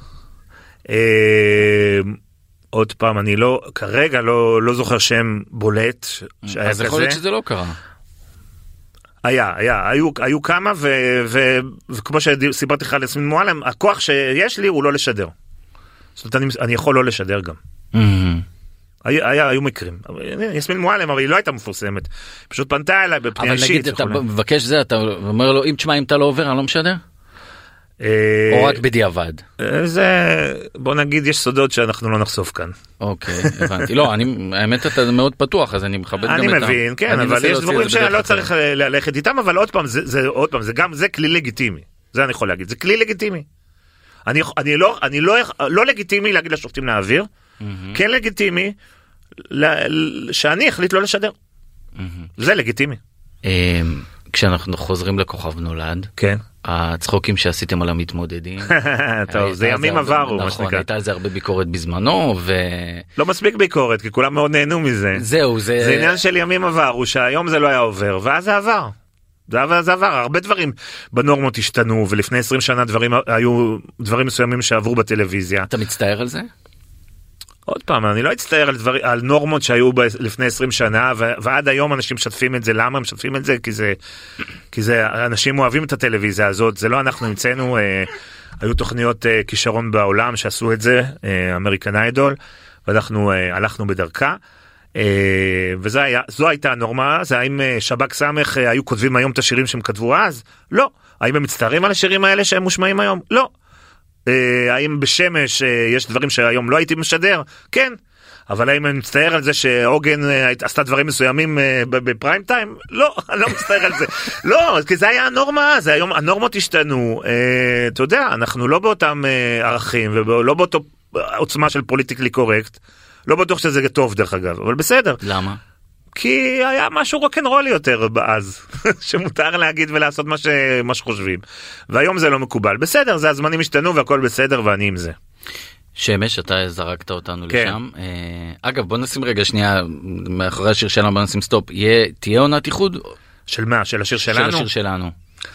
עוד פעם, אני לא, כרגע לא, לא זוכר שם בולט שהיה אז יכול להיות שזה לא קרה. היה, היה, היו, היו כמה ו, ו, וכמו שסיפרתי לך על יסמין מועלם, הכוח שיש לי הוא לא לשדר. זאת אומרת, אני, אני יכול לא לשדר גם. היה, היה, היו מקרים. יסמין מועלם, אבל היא לא הייתה מפורסמת. פשוט פנתה אליי בפנייה אישית. אבל נגיד, אתה מבקש זה, אתה אומר לו, אם תשמע, אם אתה לא עובר, אני לא משדר? או רק בדיעבד? זה, בוא נגיד, יש סודות שאנחנו לא נחשוף כאן. אוקיי, הבנתי. לא, האמת אתה מאוד פתוח, אז אני מכבד גם את ה... אני מבין, כן, אבל יש דברים שאני לא צריך ללכת איתם, אבל עוד פעם, זה עוד פעם, זה גם, זה כלי לגיטימי. זה אני יכול להגיד, זה כלי לגיטימי. אני לא, אני לא, לא לגיטימי להגיד לשופטים להעביר, כן לגיטימי שאני החליט לא לשדר. זה לגיטימי. כשאנחנו חוזרים לכוכב נולד, כן. הצחוקים שעשיתם על המתמודדים. טוב, זה ימים עברו. נכון, הייתה על זה הרבה ביקורת בזמנו, ו... לא מספיק ביקורת, כי כולם מאוד נהנו מזה. זהו, זה... זה עניין של ימים עברו, שהיום זה לא היה עובר, ואז זה עבר. זה עבר, הרבה דברים בנורמות השתנו, ולפני עשרים שנה דברים, היו דברים מסוימים שעברו בטלוויזיה. אתה מצטער על זה? עוד פעם, אני לא אצטער על, דבר, על נורמות שהיו ב, לפני עשרים שנה, ו, ועד היום אנשים משתפים את זה. למה הם משתפים את זה? כי זה, כי זה, אנשים אוהבים את הטלוויזיה הזאת, זה לא אנחנו המצאנו, אה, היו תוכניות אה, כישרון בעולם שעשו את זה, אה, אמריקן איידול, ואנחנו אה, הלכנו בדרכה. וזו הייתה הנורמה. זה האם שב"כ סמך היו כותבים היום את השירים שהם כתבו אז? לא. האם הם מצטערים על השירים האלה שהם מושמעים היום? לא. האם בשמש יש דברים שהיום לא הייתי משדר? כן. אבל האם אני מצטער על זה שעוגן עשתה דברים מסוימים בפריים טיים? לא, אני לא מצטער על זה. לא, כי זה היה הנורמה, זה היום, הנורמות השתנו. אתה יודע, אנחנו לא באותם ערכים, ולא באותו עוצמה של פוליטיקלי קורקט. לא בטוח שזה טוב דרך אגב, אבל בסדר. למה? כי היה משהו רוקנרולי יותר אז, שמותר להגיד ולעשות מה, ש... מה שחושבים. והיום זה לא מקובל. בסדר, זה הזמנים השתנו והכל בסדר ואני עם זה. שמש, אתה זרקת אותנו כן. לשם. אגב, בוא נשים רגע שנייה, מאחורי השיר שלנו בוא נשים סטופ. יהיה, תהיה עונת איחוד? של מה? של השיר שלנו? של השיר שלנו.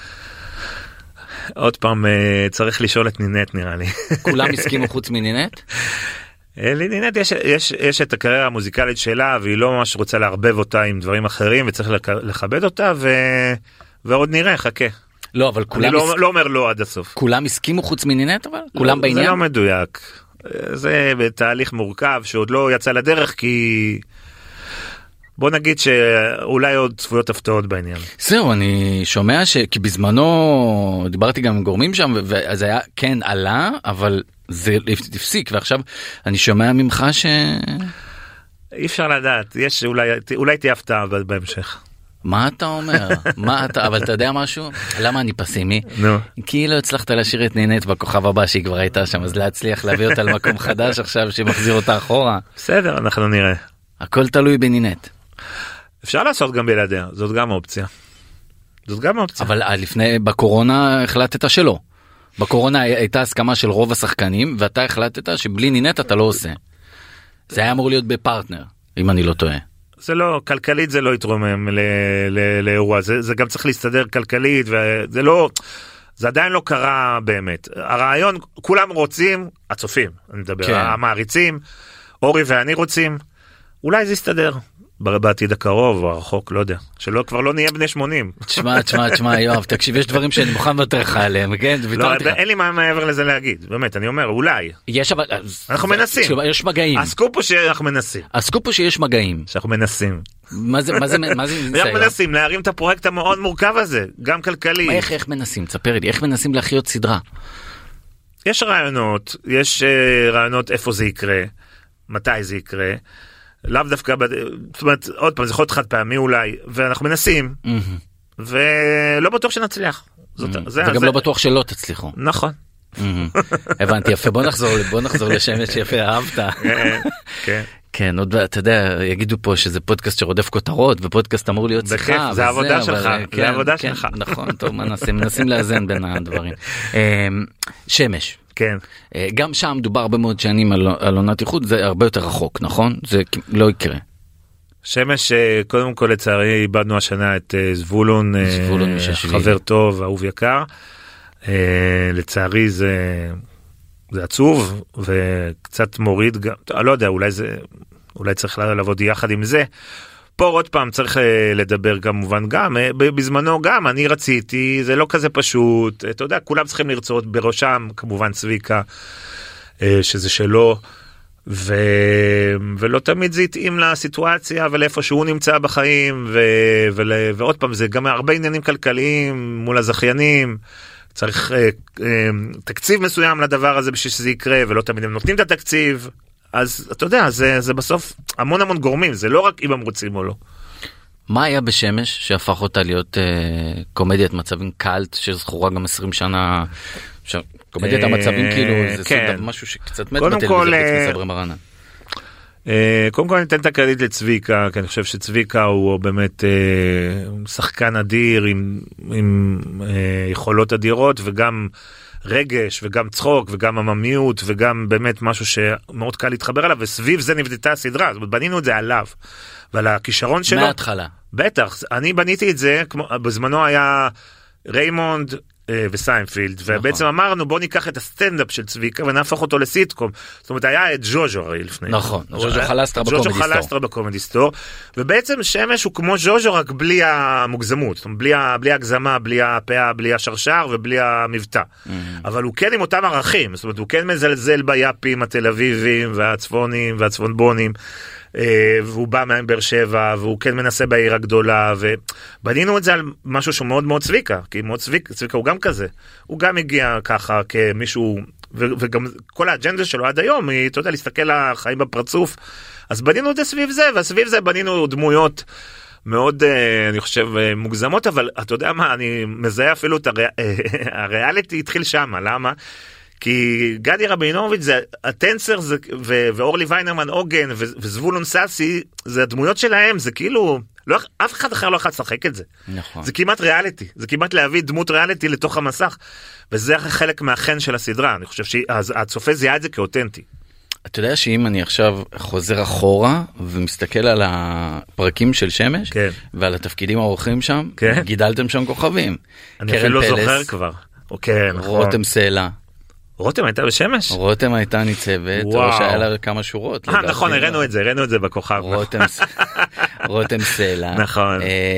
עוד פעם, צריך לשאול את נינט נראה לי. כולם הסכימו חוץ מנינט? לנינט יש, יש, יש את הקריירה המוזיקלית שלה, והיא לא ממש רוצה להרבב אותה עם דברים אחרים, וצריך לכבד אותה, ו... ועוד נראה, חכה. לא, אבל כולם... אני לא, לא אומר לא עד הסוף. כולם הסכימו חוץ מנינט, אבל? כולם בעניין? זה לא מדויק. זה בתהליך מורכב, שעוד לא יצא לדרך, כי... בוא נגיד שאולי עוד צפויות הפתעות בעניין. זהו, אני שומע ש... כי בזמנו דיברתי גם עם גורמים שם, ואז היה כן עלה, אבל זה הפסיק, ועכשיו אני שומע ממך ש... אי אפשר לדעת, יש אולי, אולי תהיה הפתעה בהמשך. מה אתה אומר? מה אתה, אבל אתה יודע משהו? למה אני פסימי? נו. כי לא הצלחת לשיר את נינט בכוכב הבא שהיא כבר הייתה שם, אז להצליח להביא אותה למקום חדש עכשיו שמחזיר אותה אחורה. בסדר, אנחנו נראה. הכל תלוי בנינט. אפשר לעשות גם בלעדיה, זאת גם אופציה. זאת גם אופציה. אבל לפני, בקורונה החלטת שלא. בקורונה הייתה הסכמה של רוב השחקנים, ואתה החלטת שבלי נינט אתה לא עושה. זה היה אמור להיות בפרטנר, אם אני לא טועה. זה לא, כלכלית זה לא יתרומם לאירוע, זה, זה גם צריך להסתדר כלכלית, וזה לא, זה עדיין לא קרה באמת. הרעיון, כולם רוצים, הצופים, אני מדבר, כן. המעריצים, אורי ואני רוצים, אולי זה יסתדר. בעתיד הקרוב או הרחוק, לא יודע. שלא, כבר לא נהיה בני שמונים. תשמע, תשמע, תשמע, יואב, תקשיב, יש דברים שאני מוכן יותר לך עליהם, כן? לא, אין לי מה מעבר לזה להגיד, באמת, אני אומר, אולי. יש אבל... אנחנו מנסים. יש מגעים. הסקופ הוא שאנחנו מנסים. הסקופ הוא שיש מגעים. שאנחנו מנסים. מה זה, מה זה, מה זה ניסיון? אנחנו מנסים להרים את הפרויקט המאוד מורכב הזה, גם כלכלי. איך, איך מנסים? תספר לי, איך מנסים להחיות סדרה? יש רעיונות, יש רעיונות איפה זה יקרה, מתי זה יקרה. לאו דווקא, זאת אומרת, עוד פעם, זה יכול להיות חד פעמי אולי, ואנחנו מנסים, ולא בטוח שנצליח. וגם לא בטוח שלא תצליחו. נכון. הבנתי, יפה, בוא נחזור, בוא נחזור לשמש יפה, אהבת. כן. כן, עוד, אתה יודע, יגידו פה שזה פודקאסט שרודף כותרות, ופודקאסט אמור להיות שיחה. זה העבודה שלך, זה העבודה שלך. נכון, טוב, מנסים לאזן בין הדברים. שמש. כן. גם שם דובר הרבה מאוד שנים על עונת איחוד, זה הרבה יותר רחוק, נכון? זה לא יקרה. שמש, קודם כל לצערי איבדנו השנה את זבולון, חבר טוב, אהוב יקר. לצערי זה זה עצוב וקצת מוריד, גם, לא יודע, אולי זה, אולי צריך לעבוד יחד עם זה. פה עוד פעם צריך לדבר כמובן גם, בזמנו גם, אני רציתי, זה לא כזה פשוט, אתה יודע, כולם צריכים לרצות, בראשם כמובן צביקה, שזה שלו, ו... ולא תמיד זה התאים לסיטואציה ולאיפה שהוא נמצא בחיים, ו... ול... ועוד פעם, זה גם הרבה עניינים כלכליים מול הזכיינים, צריך אה, אה, תקציב מסוים לדבר הזה בשביל שזה יקרה, ולא תמיד הם נותנים את התקציב, אז אתה יודע, זה, זה בסוף המון המון גורמים, זה לא רק אם הם רוצים או לא. מה היה בשמש שהפך אותה להיות אה, קומדיית מצבים קלט, שזכורה גם עשרים שנה, ש... קומדיית המצבים כאילו, זה כן. סוג משהו שקצת מת בטלוויזיה חוץ מסברי מרנן. קודם כל אני אתן את הקרדיט לצביקה, כי אני חושב שצביקה הוא באמת שחקן אדיר עם, עם יכולות אדירות, וגם רגש וגם צחוק וגם עממיות וגם באמת משהו שמאוד קל להתחבר עליו, וסביב זה נבדתה הסדרה, זאת אומרת בנינו את זה עליו ועל הכישרון שלו. מההתחלה. בטח, אני בניתי את זה, כמו, בזמנו היה ריימונד וסיינפילד, ובעצם אמרנו בוא ניקח את הסטנדאפ של צביקה ונהפוך אותו לסיטקום. זאת אומרת היה את ז'וז'ו הרי לפני, נכון, ז'וז'ו חלסטרה בקומדי סטור, ז'וז'ו חלסטרה בקומדי סטור, ובעצם שמש הוא כמו ז'וז'ו רק בלי המוגזמות, זאת אומרת בלי, בלי הגזמה, בלי הפאה, בלי השרשר ובלי המבטא, אבל הוא כן עם אותם ערכים, זאת אומרת הוא כן מזלזל ביאפים התל אביבים והצפונים והצפונבונים, והוא בא מבאר שבע, והוא כן מנסה בעיר הגדולה, ובנינו את זה על משהו שהוא מאוד מאוד צביקה, כי מאוד צביקה, צביקה הוא גם כזה, הוא גם הגיע ככה כמישהו, וגם כל האג'נדה שלו עד היום, היא, אתה יודע, להסתכל על החיים בפרצוף, אז בנינו את זה סביב זה, וסביב זה בנינו דמויות מאוד, אני חושב, מוגזמות, אבל אתה יודע מה, אני מזהה אפילו את הריאליטי התחיל שם, למה? כי גדי רבינוביץ' זה הטנסר זה, ו- ואורלי ויינרמן אוגן ו- וזבולון סאסי, זה הדמויות שלהם, זה כאילו, לא, אף אחד אחר לא יכול לשחק את זה. נכון. זה כמעט ריאליטי, זה כמעט להביא דמות ריאליטי לתוך המסך, וזה חלק מהחן של הסדרה, אני חושב שהצופה זיהה את זה כאותנטי. אתה יודע שאם אני עכשיו חוזר אחורה ומסתכל על הפרקים של שמש, כן. ועל התפקידים האורחים שם, כן. גידלתם שם כוכבים. אני אפילו לא זוכר כבר. כן, נכון. רותם סלע. רותם הייתה בשמש? רותם הייתה ניצבת, או שהיה לה כמה שורות. אה, נכון, הראינו את זה, הראינו את זה בכוכב. רותם סלע. נכון.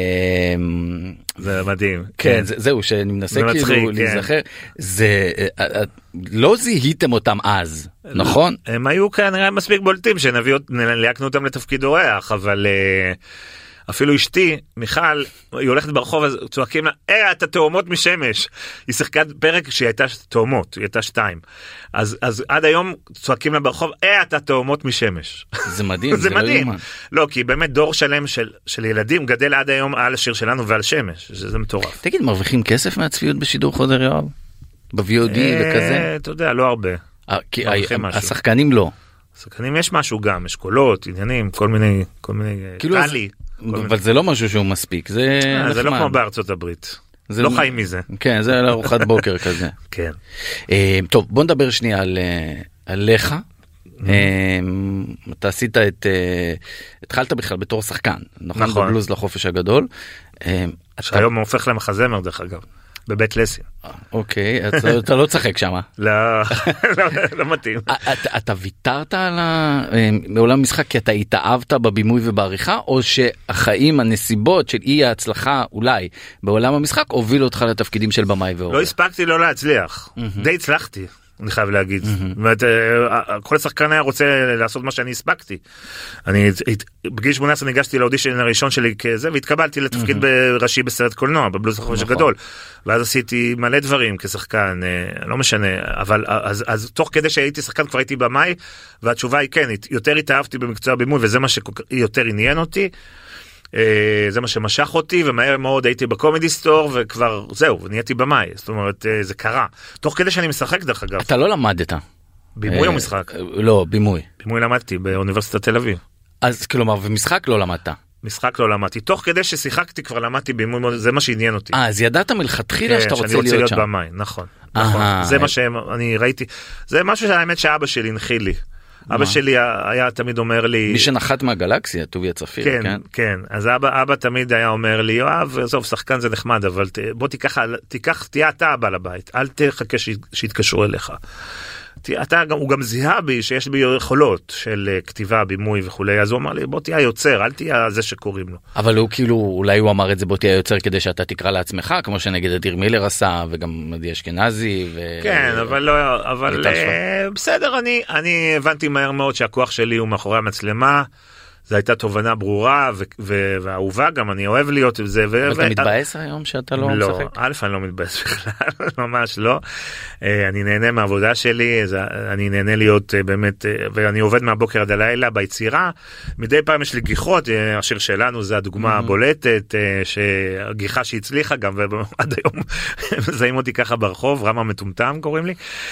זה מדהים. כן, זהו, שאני מנסה כאילו להיזכר. זה, לא זיהיתם אותם אז, נכון? הם היו כנראה מספיק בולטים, שנלייקנו אותם לתפקיד אורח, אבל... אפילו אשתי, מיכל, היא הולכת ברחוב, אז צועקים לה, אה, אתה תאומות משמש. היא שיחקה פרק שהיא הייתה תאומות, היא הייתה שתיים. אז, אז עד היום צועקים לה ברחוב, אה, אתה תאומות משמש. זה מדהים, זה, זה מדהים. לא יומן. לא, כי באמת דור שלם של, של ילדים גדל עד היום על השיר שלנו ועל שמש, שזה מטורף. תגיד, מרוויחים כסף מהצפיות בשידור חודר יואב? ב-וי או די וכזה? אתה יודע, לא הרבה. כי השחקנים לא. השחקנים יש משהו גם, יש קולות, עניינים, כל מיני, כל מיני, טלי. אבל זה לא משהו שהוא מספיק, זה נחמד. זה לא כמו בארצות הברית, לא חיים מזה. כן, זה לארוחת בוקר כזה. כן. טוב, בוא נדבר שנייה עליך. אתה עשית את, התחלת בכלל בתור שחקן, נכון? בבלוז לחופש הגדול. שהיום הוא הופך למחזמר דרך אגב. בבית לסין. אוקיי, אתה לא צחק שמה. לא, לא מתאים. אתה ויתרת מעולם משחק כי אתה התאהבת בבימוי ובעריכה, או שהחיים, הנסיבות של אי ההצלחה אולי בעולם המשחק, הובילו אותך לתפקידים של במאי ועורך? לא הספקתי לא להצליח, די הצלחתי. אני חייב להגיד. כל השחקן היה רוצה לעשות מה שאני הספקתי. אני בגיל שמונה עשרה ניגשתי לאודישן הראשון שלי כזה, והתקבלתי לתפקיד ראשי בסרט קולנוע, בבלוז החופש הגדול. ואז עשיתי מלא דברים כשחקן, לא משנה, אבל אז תוך כדי שהייתי שחקן כבר הייתי במאי, והתשובה היא כן, יותר התאהבתי במקצוע בימוי, וזה מה שיותר עניין אותי. זה מה שמשך אותי, ומהר מאוד הייתי בקומדי סטור, וכבר זהו, ונהייתי במאי, זאת אומרת, זה קרה. תוך כדי שאני משחק דרך אגב. אתה לא למדת. בימוי או משחק? לא, בימוי. בימוי למדתי באוניברסיטת תל אביב. אז כלומר, ומשחק לא למדת? משחק לא למדתי. תוך כדי ששיחקתי כבר למדתי בימוי, זה מה שעניין אותי. אה, אז ידעת מלכתחילה שאתה רוצה להיות שם. במאי, נכון. זה מה שאני ראיתי. זה משהו שהאמת שאבא שלי הנחיל לי. אבא שלי היה תמיד אומר לי... מי שנחת מהגלקסיה, טוביה צפיר, כן? כן, כן. אז אבא, אבא תמיד היה אומר לי, יואב, עזוב, שחקן זה נחמד, אבל בוא תיקח, תיקח, תהיה אתה הבא לבית, אל תחכה שיתקשרו אליך. אתה, הוא גם זיהה בי שיש בי יכולות של כתיבה, בימוי וכולי, אז הוא אמר לי, בוא תהיה יוצר, אל תהיה זה שקוראים לו. אבל הוא כאילו, אולי הוא אמר את זה, בוא תהיה יוצר כדי שאתה תקרא לעצמך, כמו שנגיד אדיר מילר עשה, וגם עדי אשכנזי. ו... כן, אבל לא, אבל בסדר, אני, אני הבנתי מהר מאוד שהכוח שלי הוא מאחורי המצלמה, זו הייתה תובנה ברורה ואהובה, גם אני אוהב להיות עם זה. אבל אתה מתבאס היום שאתה לא משחק? לא, א' אני לא מתבאס בכלל, ממש לא. אני נהנה מהעבודה שלי, אני נהנה להיות באמת, ואני עובד מהבוקר עד הלילה ביצירה. מדי פעם יש לי גיחות, השיר שלנו זה הדוגמה הבולטת, שהגיחה שהצליחה גם, ועד היום מזהים אותי ככה ברחוב, רמה מטומטם קוראים לי.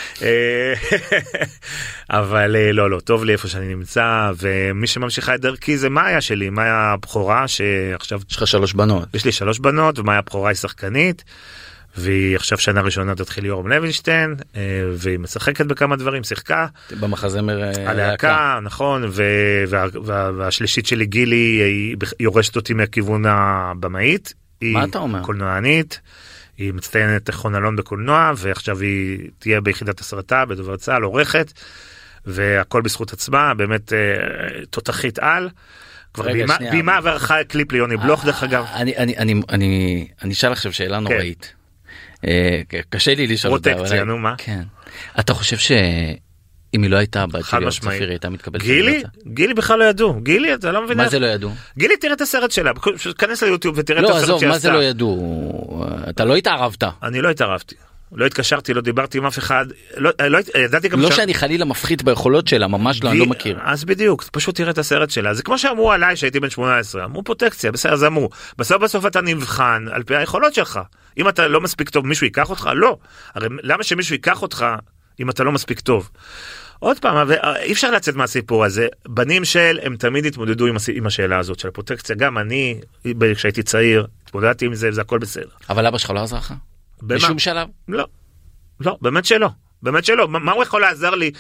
אבל לא, לא, טוב לי איפה שאני נמצא, ומי שממשיכה את דרכי, כי זה מאיה שלי, מאיה הבכורה שעכשיו... יש לך שלוש בנות. יש לי שלוש בנות, ומאיה הבכורה היא שחקנית, והיא עכשיו שנה ראשונה תתחיל יורם לוינשטיין, והיא משחקת בכמה דברים, שיחקה. במחזמר הלהקה, נכון, והשלישית שלי גילי, היא יורשת אותי מהכיוון הבמאית. מה אתה אומר? היא קולנוענית, היא מצטיינת תיכון אלון בקולנוע, ועכשיו היא תהיה ביחידת הסרטה, בדובר צה"ל, עורכת. והכל בזכות עצמה, באמת תותחית על. כבר בימה וערכה קליפ ליוני בלוך דרך אגב. אני אשאל עכשיו שאלה נוראית. קשה לי לשאול אותה. פרוטקציה, נו מה? כן. אתה חושב אם היא לא הייתה בת שלי, צפיר הייתה מתקבלת. גילי? גילי בכלל לא ידעו. גילי, אתה לא מבין. מה זה לא ידעו? גילי, תראה את הסרט שלה. כנס ליוטיוב ותראה את הסרט שעשתה. לא, עזוב, מה זה לא ידעו? אתה לא התערבת. אני לא התערבתי. לא התקשרתי, לא דיברתי עם אף אחד. לא, לא, ידעתי גם לא שאני חלילה מפחית ביכולות שלה, ממש לא, אני לא מכיר. אז בדיוק, פשוט תראה את הסרט שלה. זה כמו שאמרו עליי שהייתי בן שמונה עשרה. אמרו פרוטקציה, בסדר, אז אמרו. בסוף בסוף אתה נבחן על פי היכולות שלך. אם אתה לא מספיק טוב, מישהו ייקח אותך? לא. הרי למה שמישהו ייקח אותך אם אתה לא מספיק טוב? עוד פעם, אי אפשר לצאת מהסיפור הזה. בנים של, הם תמיד התמודדו עם, עם השאלה הזאת של הפרוטקציה. גם אני, כשהייתי צעיר, התמודדתי עם זה, זה הכל בסדר. אבל אבא שלך לא עזר לך? בשום שלב? לא. לא, באמת שלא. באמת שלא. מה הוא יכול לעזר לי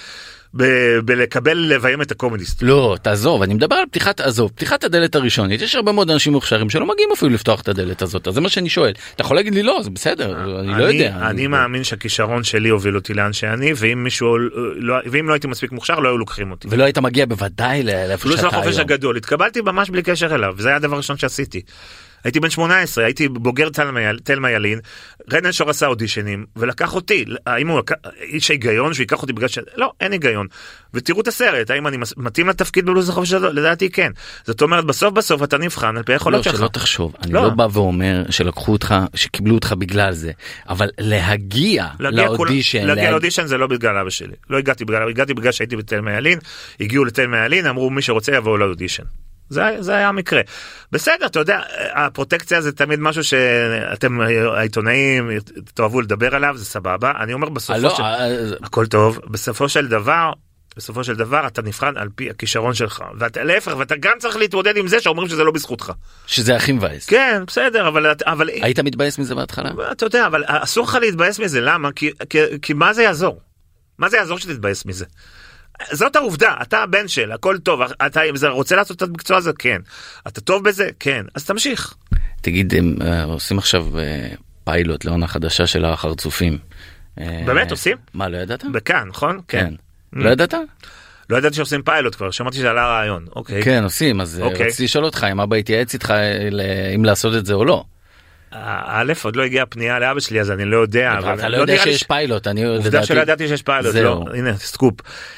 בלקבל, לביים את הקומוניסט? לא, תעזוב, אני מדבר על פתיחת, עזוב, פתיחת הדלת הראשונית. יש הרבה מאוד אנשים מוכשרים שלא מגיעים אפילו לפתוח את הדלת הזאת. אז זה מה שאני שואל. אתה יכול להגיד לי לא, זה בסדר, אני לא יודע. אני מאמין שהכישרון שלי הוביל אותי לאן שאני, ואם מישהו, ואם לא הייתי מספיק מוכשר, לא היו לוקחים אותי. ולא היית מגיע בוודאי לאיפה שאתה היום. פלוס לחופש הגדול. התקבלתי ממש בלי קשר אליו, וזה היה הדבר הראשון שעשיתי. הייתי בן שמונה עשרה, הייתי בוגר תלמה ילין, רנן שור עשה אודישנים, ולקח אותי, האם הוא איש היגיון שהוא ייקח אותי בגלל ש... לא, אין היגיון. ותראו את הסרט, האם אני מתאים לתפקיד בלוז החופש הגדול? לדעתי כן. זאת אומרת, בסוף בסוף אתה נבחן על פי היכולות שלך. לא, שלא תחשוב. אני לא בא ואומר שלקחו אותך, שקיבלו אותך בגלל זה, אבל להגיע לאודישן... להגיע לאודישן זה לא בגלל אבא שלי. לא הגעתי בגלל, הגעתי בגלל שהייתי בתלמה ילין, הגיעו לתלמה ילין, אמרו מי שרוצה יבוא לאודישן. זה, זה היה המקרה. בסדר, אתה יודע, הפרוטקציה זה תמיד משהו שאתם העיתונאים תאהבו לדבר עליו, זה סבבה. אני אומר בסופו של... הכל טוב. בסופו של דבר, בסופו של דבר אתה נבחן על פי הכישרון שלך. ואתה להפך, ואתה גם צריך להתמודד עם זה שאומרים שזה לא בזכותך. שזה הכי מבאס. כן, בסדר, אבל... אבל... היית מתבאס מזה בהתחלה? אתה יודע, אבל אסור לך להתבאס מזה. למה? כי, כי, כי מה זה יעזור? מה זה יעזור שתתבאס מזה? זאת העובדה, אתה הבן של, הכל טוב, אתה רוצה לעשות את המקצוע הזה? כן. אתה טוב בזה? כן. אז תמשיך. תגיד, הם עושים עכשיו פיילוט לעונה חדשה של החרצופים. באמת עושים? מה, לא ידעת? בכאן, נכון? כן. לא ידעת? לא ידעתי שעושים פיילוט כבר, שמעתי שעלה רעיון. אוקיי. כן, עושים, אז רציתי לשאול אותך, אם אבא התייעץ איתך אם לעשות את זה או לא. א', עוד לא הגיעה פנייה לאבא שלי, אז אני לא יודע. אתה לא יודע שיש פיילוט. עובדה שלא ידעתי שיש פיילוט. הנה, סקופ.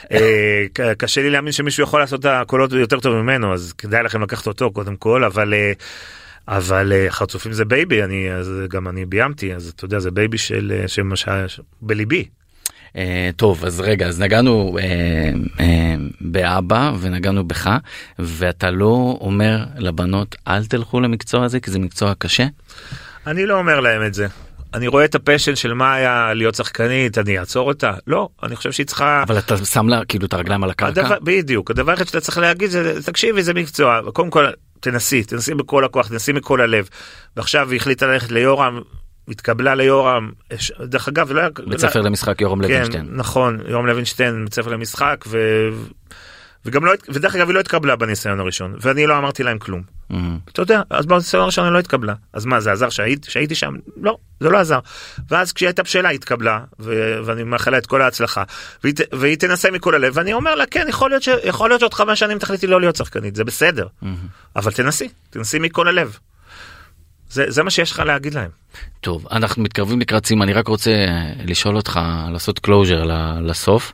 קשה לי להאמין שמישהו יכול לעשות את הקולות יותר טוב ממנו, אז כדאי לכם לקחת אותו קודם כל, אבל אבל חרצופים זה בייבי, גם אני ביימתי, אז אתה יודע, זה בייבי של בליבי. טוב, אז רגע, אז נגענו באבא ונגענו בך, ואתה לא אומר לבנות, אל תלכו למקצוע הזה, כי זה מקצוע קשה? אני לא אומר להם את זה. אני רואה את הפשן של מה היה להיות שחקנית, אני אעצור אותה. לא, אני חושב שהיא צריכה... אבל אתה שם לה כאילו את הרגליים על הקרקע? הדבר, בדיוק, הדבר אחד שאתה צריך להגיד זה, תקשיבי, זה מקצוע. קודם כל, תנסי, תנסי בכל הכוח, תנסי מכל הלב. ועכשיו היא החליטה ללכת ליורם, התקבלה ליורם, דרך אגב, לא היה... בית ספר למשחק יורם לוינשטיין. כן, נכון, יורם לוינשטיין, בית ספר למשחק, ו... וגם לא, ודרך אגב, היא לא התקבלה בניסיון הראשון, ואני לא אמרתי להם כלום. אתה יודע, אז בניסיון הראשון היא לא התקבלה. אז מה, זה עזר שהייתי שם? לא, זה לא עזר. ואז כשהיא הייתה בשאלה, היא התקבלה, ואני מאחלה את כל ההצלחה, והיא תנסה מכל הלב, ואני אומר לה, כן, יכול להיות שעוד חמש שנים תחליטי לא להיות שחקנית, זה בסדר. אבל תנסי, תנסי מכל הלב. זה, זה מה שיש לך להגיד להם. טוב, אנחנו מתקרבים לקראת סיום, אני רק רוצה לשאול אותך, לעשות קלוז'ר לסוף.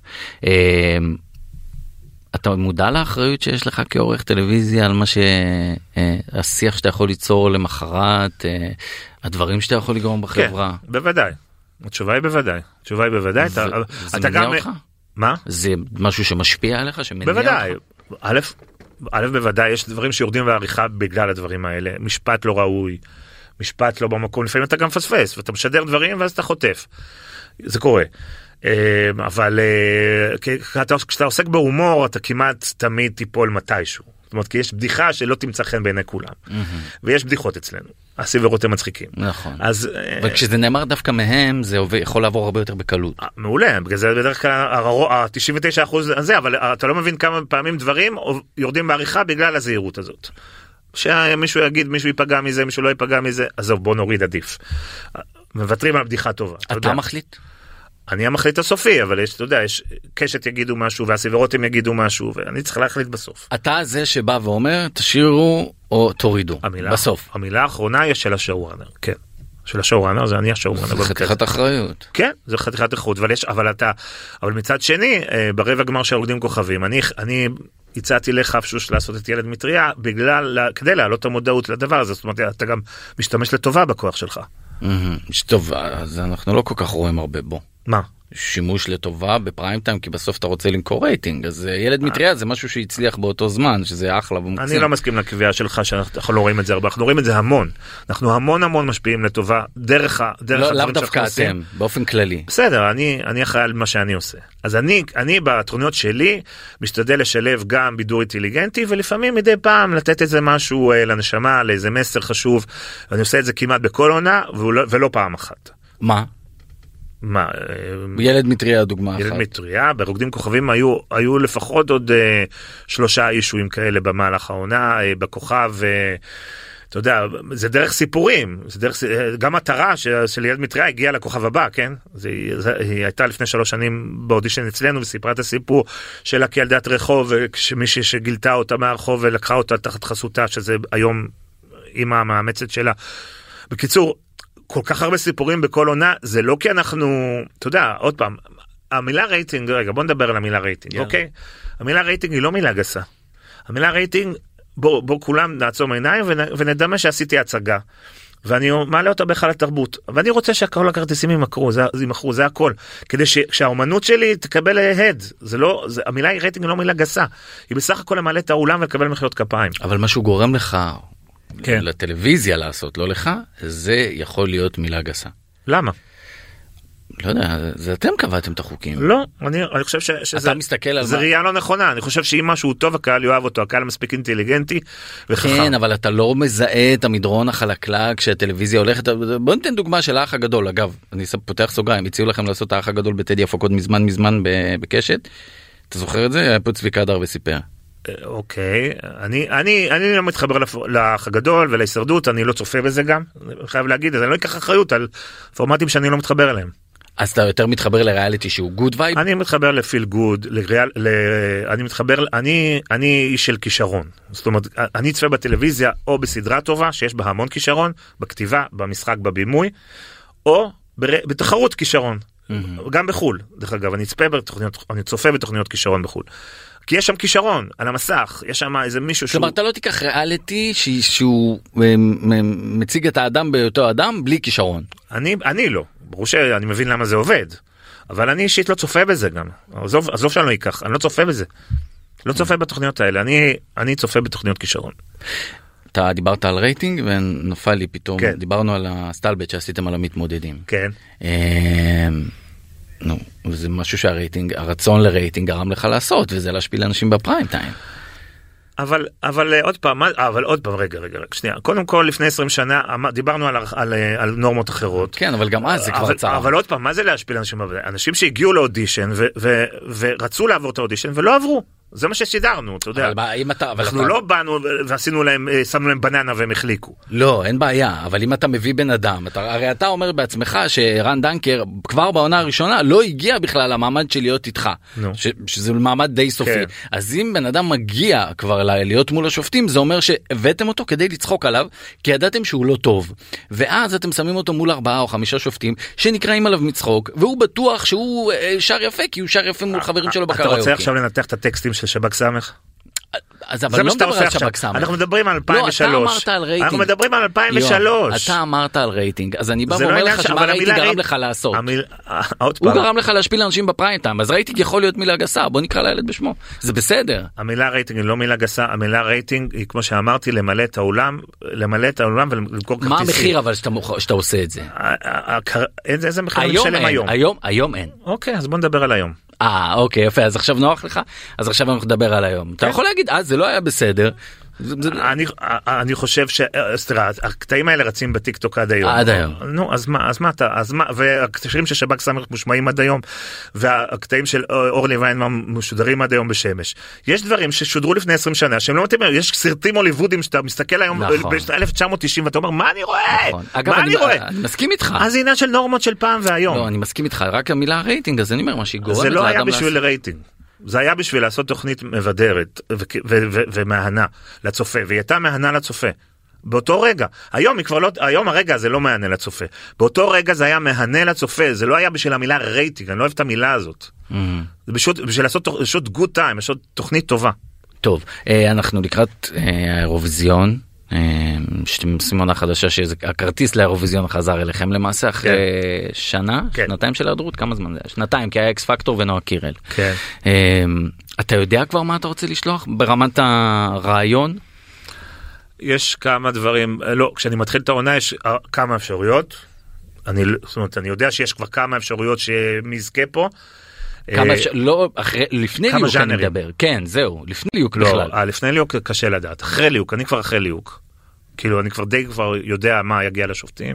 אתה מודע לאחריות שיש לך כעורך טלוויזיה על מה שהשיח שאתה יכול ליצור למחרת, הדברים שאתה יכול לגרום בחברה? כן, בוודאי. התשובה היא בוודאי. התשובה היא בוודאי. זה מניע אותך? מה? זה משהו שמשפיע עליך, שמניע אותך? בוודאי. א', א', בוודאי, יש דברים שיורדים בעריכה בגלל הדברים האלה. משפט לא ראוי, משפט לא במקום. לפעמים אתה גם פספס, ואתה משדר דברים ואז אתה חוטף. זה קורה. אבל כשאתה עוסק בהומור, אתה כמעט תמיד תיפול מתישהו. זאת אומרת, כי יש בדיחה שלא תמצא חן בעיני כולם. ויש בדיחות אצלנו. הסבירות הם מצחיקים. נכון. וכשזה נאמר דווקא מהם, זה יכול לעבור הרבה יותר בקלות. מעולה, בגלל זה בדרך כלל ה-תשעים ותשעה אחוז הזה, אבל אתה לא מבין כמה פעמים דברים יורדים בעריכה בגלל הזהירות הזאת. שמישהו יגיד, מישהו ייפגע מזה, מישהו לא ייפגע מזה, אז בוא נוריד עדיף. מבטרים על בדיחה טובה. אתה מחליט? אני המחליט הסופי, אבל יש, אתה יודע, יש קשת יגידו משהו, והסבירות הם יגידו משהו, ואני צריך להחליט בסוף. אתה זה שבא ואומר, תשאירו או תורידו, המילה, בסוף. המילה האחרונה יש של השואורנר, כן. של השואורנר, זה אני השואורנר. זה חתיכת אחריות. כן, זה חתיכת אחריות, אבל יש, אבל אתה, אבל מצד שני, ברבע גמר של רוקדים כוכבים, אני, אני הצעתי לך פשוט לעשות את ילד מטריה, בגלל, כדי להעלות את המודעות לדבר הזה, זאת אומרת, אתה גם משתמש לטובה בכוח שלך. טוב, אז אנחנו לא כל כך רואים הרבה בו. מה? שימוש לטובה בפריים טיים, כי בסוף אתה רוצה למכור רייטינג, אז ילד מטריה זה משהו שהצליח באותו זמן, שזה אחלה ומקסים. אני לא מסכים לקביעה שלך שאנחנו לא רואים את זה הרבה, אנחנו רואים את זה המון. אנחנו המון המון משפיעים לטובה, דרך הדברים לאו דווקא אתם, באופן כללי. בסדר, אני אחראי על מה שאני עושה. אז אני, אני בתוכניות שלי, משתדל לשלב גם בידור אינטליגנטי, ולפעמים מדי פעם לתת איזה משהו לנשמה, לאיזה מסר חשוב, ואני עושה את זה כמעט בכל עונה, ולא פעם אחת. מה? מה? ילד מטריה דוגמה אחת. ילד מטריה, ברוקדים כוכבים היו, היו לפחות עוד אה, שלושה אישויים כאלה במהלך העונה, אה, בכוכב, אה, אתה יודע, זה דרך סיפורים, זה דרך, גם מטרה של, של ילד מטריה הגיעה לכוכב הבא, כן? זה, זה, היא הייתה לפני שלוש שנים באודישן אצלנו, וסיפרה את הסיפור שלה כילדת רחוב, מישהי שגילתה אותה מהרחוב ולקחה אותה תחת חסותה, שזה היום אימא המאמצת שלה. בקיצור, כל כך הרבה סיפורים בכל עונה, זה לא כי אנחנו, אתה יודע, עוד פעם, המילה רייטינג, רגע, בוא נדבר על המילה רייטינג, אוקיי? המילה רייטינג היא לא מילה גסה. המילה רייטינג, בוא, בוא כולם נעצום עיניים ונדמה שעשיתי הצגה. ואני מעלה אותה בכלל לתרבות. ואני רוצה שכל הכרטיסים ימכרו, זה, ימכרו, זה הכל. כדי שהאומנות שלי תקבל הד. זה לא, זה, המילה רייטינג היא לא מילה גסה. היא בסך הכל למעלה את האולם ולקבל מחיאות כפיים. אבל משהו גורם לך... כן. לטלוויזיה לעשות, לא לך, זה יכול להיות מילה גסה. למה? לא יודע, זה אתם קבעתם את החוקים. לא, אני, אני חושב ש, שזה... אתה מסתכל על זה מה... ראייה לא נכונה, אני חושב שאם משהו טוב, הקהל יאהב אותו, הקהל מספיק אינטליגנטי וחכם. כן, אבל אתה לא מזהה את המדרון החלקלק כשהטלוויזיה הולכת... בוא ניתן דוגמה של האח הגדול, אגב, אני פותח סוגריים, הציעו לכם לעשות את האח הגדול בטדי הפקות מזמן מזמן בקשת. אתה זוכר את זה? היה פה צבי קדר וסיפר. אוקיי, אני, אני, אני לא מתחבר לאח הגדול ולהישרדות, אני לא צופה בזה גם, אני חייב להגיד, אז אני לא אקח אחריות על פורמטים שאני לא מתחבר אליהם. אז אתה יותר מתחבר לריאליטי שהוא גוד וייב? אני מתחבר לפיל גוד, לריאל, ל... אני מתחבר, אני, אני איש של כישרון. זאת אומרת, אני צפה בטלוויזיה או בסדרה טובה, שיש בה המון כישרון, בכתיבה, במשחק, בבימוי, או בר... בתחרות כישרון. Mm-hmm. גם בחול, דרך אגב, אני צפה בתוכניות, אני צופה בתוכניות כישרון בחול. כי יש שם כישרון, על המסך, יש שם איזה מישהו שהוא... כלומר, אתה לא תיקח ריאליטי שהוא מציג את האדם באותו אדם בלי כישרון. אני, אני לא. ברור שאני מבין למה זה עובד. אבל אני אישית לא צופה בזה גם. עזוב, עזוב שאני לא אקח, אני לא צופה בזה. לא צופה בתוכניות האלה, אני, אני צופה בתוכניות כישרון. אתה דיברת על רייטינג ונפל לי פתאום, כן. דיברנו על הסטלבט שעשיתם על המתמודדים. כן. נו, וזה משהו שהרייטינג, הרצון לרייטינג גרם לך לעשות, וזה להשפיל אנשים בפריים טיים. אבל, אבל עוד פעם, אבל עוד פעם, רגע, רגע, שנייה. קודם כל, לפני עשרים שנה, דיברנו על, על, על נורמות אחרות. כן, אבל גם אז זה כבר צער. אבל עוד פעם, מה זה להשפיל אנשים? אנשים שהגיעו לאודישן, ו, ו, ורצו לעבור את האודישן, ולא עברו. זה מה שסידרנו, אתה יודע. אבל אם אתה, אבל אנחנו אתה... לא באנו ועשינו להם, שמנו להם בננה והם החליקו. לא, אין בעיה, אבל אם אתה מביא בן אדם, אתה, הרי אתה אומר בעצמך שרן דנקר כבר בעונה הראשונה לא הגיע בכלל למעמד של להיות איתך, ש, שזה מעמד די סופי. כן. אז אם בן אדם מגיע כבר להיות מול השופטים, זה אומר שהבאתם אותו כדי לצחוק עליו, כי ידעתם שהוא לא טוב. ואז אתם שמים אותו מול ארבעה או חמישה שופטים שנקראים עליו מצחוק, והוא בטוח שהוא שר יפה, כי הוא שר יפה מול חברים שלו בקריוקי. אתה רוצה עכשיו לנתח את הטקסטים של שב"כ סמך? אז אבל לא מדבר על שב"כ סמך. אנחנו מדברים על אלפיים ושלוש. לא, אתה אמרת על רייטינג. אנחנו מדברים על אלפיים ושלוש. אתה אמרת על רייטינג. אז אני בא ואומר לך שמה רייטינג גרם לך לעשות. הוא גרם לך להשפיל אנשים בפריים טיים. אז רייטינג יכול להיות מילה גסה. בוא נקרא לילד בשמו. זה בסדר. המילה רייטינג היא לא מילה גסה. המילה רייטינג היא, כמו שאמרתי, למלא את האולם, למלא את האולם ולמכור כרטיסים. מה המחיר אבל שאתה עושה את זה? איזה מחיר אני משלם היום? היום, היום אין. אוקיי, אז בוא נדבר על היום. אה, אוקיי, יפה, אז עכשיו נוח לך? אז עכשיו אנחנו נדבר על היום. אתה יכול להגיד, אה, זה לא היה בסדר. אני, אני חושב ש... סתראה, הקטעים האלה רצים בטיקטוק עד היום. עד היום. נו, אז מה, אז מה אתה, אז מה, והקטעים של שב"כ סמך מושמעים עד היום, והקטעים של אורלי ויינמן משודרים עד היום בשמש. יש דברים ששודרו לפני עשרים שנה, שהם לא מתאימים, יש סרטים הוליוודים שאתה מסתכל היום ב-אלף תשע מאות תשעים, ואתה אומר, מה אני רואה? מה אני רואה? אני מסכים איתך. אז זה עניין של נורמות של פעם והיום. לא, אני מסכים איתך, רק המילה רייטינג, אז אני אומר, מה שהיא גורמת זה לא היה בשביל רייטינג. זה היה בשביל לעשות תוכנית מבדרת ומהנה לצופה, והיא הייתה מהנה לצופה. באותו רגע. היום היא כבר לא, היום הרגע הזה לא מהנה לצופה. באותו רגע זה היה מהנה לצופה, זה לא היה בשביל המילה רייטינג, אני לא אוהב את המילה הזאת. Mm-hmm. זה בשביל, בשביל לעשות, לעשות good time, לעשות תוכנית טובה. טוב, אנחנו לקראת האירוויזיון, שאתם עושים עונה חדשה, שהכרטיס לאירוויזיון חזר אליכם למעשה אחרי כן. שנה, כן. שנתיים של היעדרות, כמה זמן זה? שנתיים, כי היה אקס פקטור ונועה קירל. כן. אתה יודע כבר מה אתה רוצה לשלוח ברמת הרעיון? יש כמה דברים, לא, כשאני מתחיל את העונה יש כמה אפשרויות, אני, זאת אומרת, אני יודע שיש כבר כמה אפשרויות שמזכה פה, כמה אפשר, לא, אחרי, לפני ליוק אני מדבר, כן, זהו, לפני ליוק בכלל. לא, לפני ליוק קשה לדעת, אחרי ליוק, אני כבר אחרי ליוק, כאילו אני כבר די כבר יודע מה יגיע לשופטים,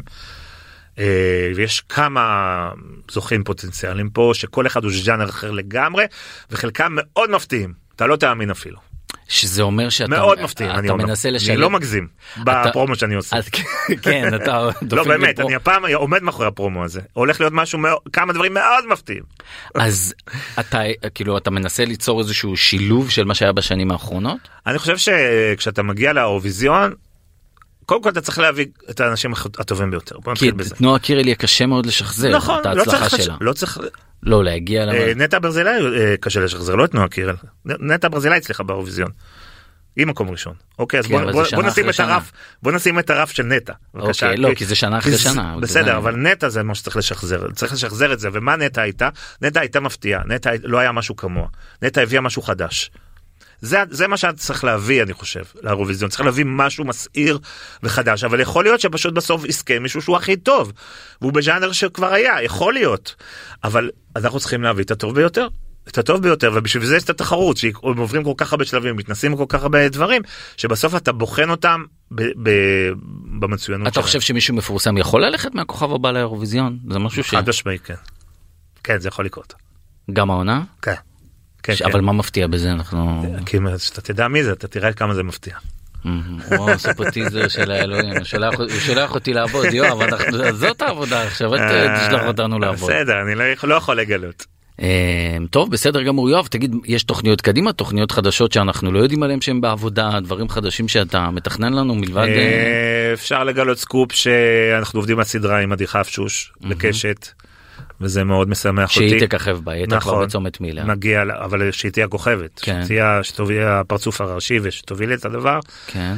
ויש כמה זוכים פוטנציאליים פה, שכל אחד הוא ז'אנר אחר לגמרי, וחלקם מאוד מפתיעים, אתה לא תאמין אפילו. שזה אומר שאתה מאוד מפתיע, אני מנסה לשלם. אני לא מגזים בפרומו שאני עושה. כן, אתה לא באמת, אני הפעם עומד מאחורי הפרומו הזה. הולך להיות משהו, כמה דברים מאוד מפתיעים. אז אתה, כאילו, אתה מנסה ליצור איזשהו שילוב של מה שהיה בשנים האחרונות? אני חושב שכשאתה מגיע לאירוויזיון, קודם כל אתה צריך להביא את האנשים הטובים ביותר. כי תנועה קירל יהיה קשה מאוד לשחזר את ההצלחה שלה. לא צריך... לא להגיע לה... נטע ברזילי קשה לשחזר, לא את נועה קירל. נטע ברזילי הצליחה באירוויזיון. היא מקום ראשון. אוקיי, אז בוא נשים את הרף, בוא נשים את הרף של נטע. אוקיי, לא, כי זה שנה אחרי שנה. בסדר, אבל נטע זה מה שצריך לשחזר. צריך לשחזר את זה, ומה נטע הייתה? נטע הייתה מפתיעה, נטע לא היה משהו כמוה. נטע הביאה משהו חדש. זה, זה מה שאתה צריך להביא, אני חושב, לאירוויזיון. צריך להביא משהו מסעיר וחדש, אבל יכול להיות שפשוט בסוף עסקה מישהו שהוא הכי טוב, והוא בז'אנר שכבר היה, יכול להיות. אבל אנחנו צריכים להביא את הטוב ביותר, את הטוב ביותר, ובשביל זה יש את התחרות, שהם עוברים כל כך הרבה שלבים, מתנסים כל כך הרבה דברים, שבסוף אתה בוחן אותם ב- ב- במצוינות שלהם. אתה חושב שמישהו מפורסם יכול ללכת מהכוכב הבא לאירוויזיון? זה משהו ש... חד משמעי, כן. כן, זה יכול לקרות. גם העונה? כן. כן, ש... כן. אבל מה מפתיע בזה? אנחנו... כי שאתה תדע מי זה, אתה תראה כמה זה מפתיע. וואו, עושה פה טיזר של האלוהים, הוא שולח אותי לעבוד, יואב, זאת העבודה עכשיו, תשלח אותנו לעבוד. בסדר, אני לא יכול לגלות. טוב, בסדר גמור, יואב, תגיד, יש תוכניות קדימה, תוכניות חדשות שאנחנו לא יודעים עליהם שהם בעבודה, דברים חדשים שאתה מתכנן לנו מלבד... אפשר לגלות סקופ שאנחנו עובדים על סדרה עם עדי חפשוש, לקשת, וזה מאוד משמח אותי. שהיא תככב בה, הייתה כבר בצומת מילה. נגיע, אבל שהיא תהיה כוכבת, שתוביל הפרצוף הראשי ושתוביל את הדבר. כן.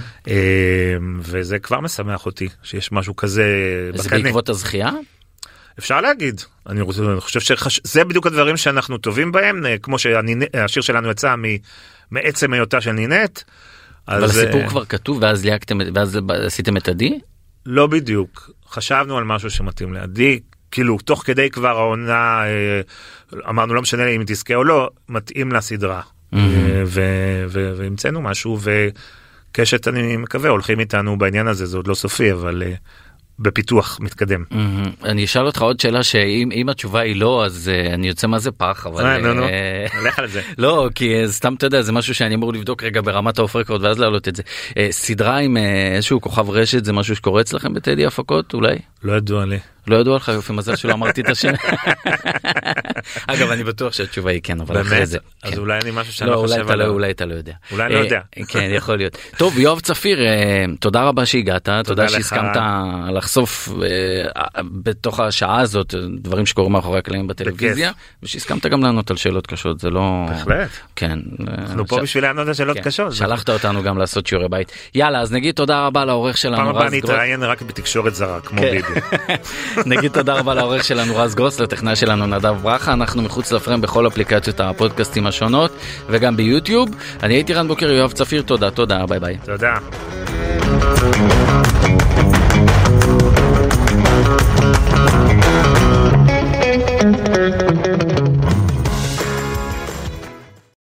וזה כבר משמח אותי, שיש משהו כזה בקנה. זה בעקבות הזכייה? אפשר להגיד. אני חושב שזה בדיוק הדברים שאנחנו טובים בהם, כמו שהשיר שלנו יצא מעצם היותה של נינת. אבל הסיפור כבר כתוב, ואז עשיתם את עדי? לא בדיוק. חשבנו על משהו שמתאים לעדי, כאילו, תוך כדי כבר העונה, אמרנו, לא משנה אם תזכה או לא, מתאים לסדרה. והמצאנו משהו, וקשת, אני מקווה, הולכים איתנו בעניין הזה, זה עוד לא סופי, אבל בפיתוח מתקדם. אני אשאל אותך עוד שאלה, שאם התשובה היא לא, אז אני יוצא מה זה פח, אבל... נו, נו, הלך על זה. לא, כי סתם אתה יודע, זה משהו שאני אמור לבדוק רגע ברמת האוף רקורד, ואז להעלות את זה. סדרה עם איזשהו כוכב רשת, זה משהו שקורה אצלכם בטדי הפקות, אולי? לא ידוע לי. לא ידוע לך, יופי מזל שלא אמרתי את השם. אגב, אני בטוח שהתשובה היא כן, אבל אחרי זה. אז אולי אני משהו שאני לא חושב עליו. אולי אתה לא יודע. אולי אני לא יודע. כן, יכול להיות. טוב, יואב צפיר, תודה רבה שהגעת, תודה שהסכמת לחשוף בתוך השעה הזאת, דברים שקורים מאחורי הקלעים בטלוויזיה, ושהסכמת גם לענות על שאלות קשות, זה לא... בהחלט. כן. אנחנו פה בשביל לענות על שאלות קשות. שלחת אותנו גם לעשות שיעורי בית. יאללה, אז נגיד תודה רבה לעורך שלנו, פעם הבאה נתראיין רק בתקשורת זרה, כמו ביבי. נגיד תודה רבה לעורך שלנו רז גרוס, לטכנאי שלנו נדב ברכה, אנחנו מחוץ לפריים בכל אפליקציות הפודקאסטים השונות וגם ביוטיוב. אני הייתי רן בוקר, יואב צפיר, תודה, תודה, ביי ביי. תודה.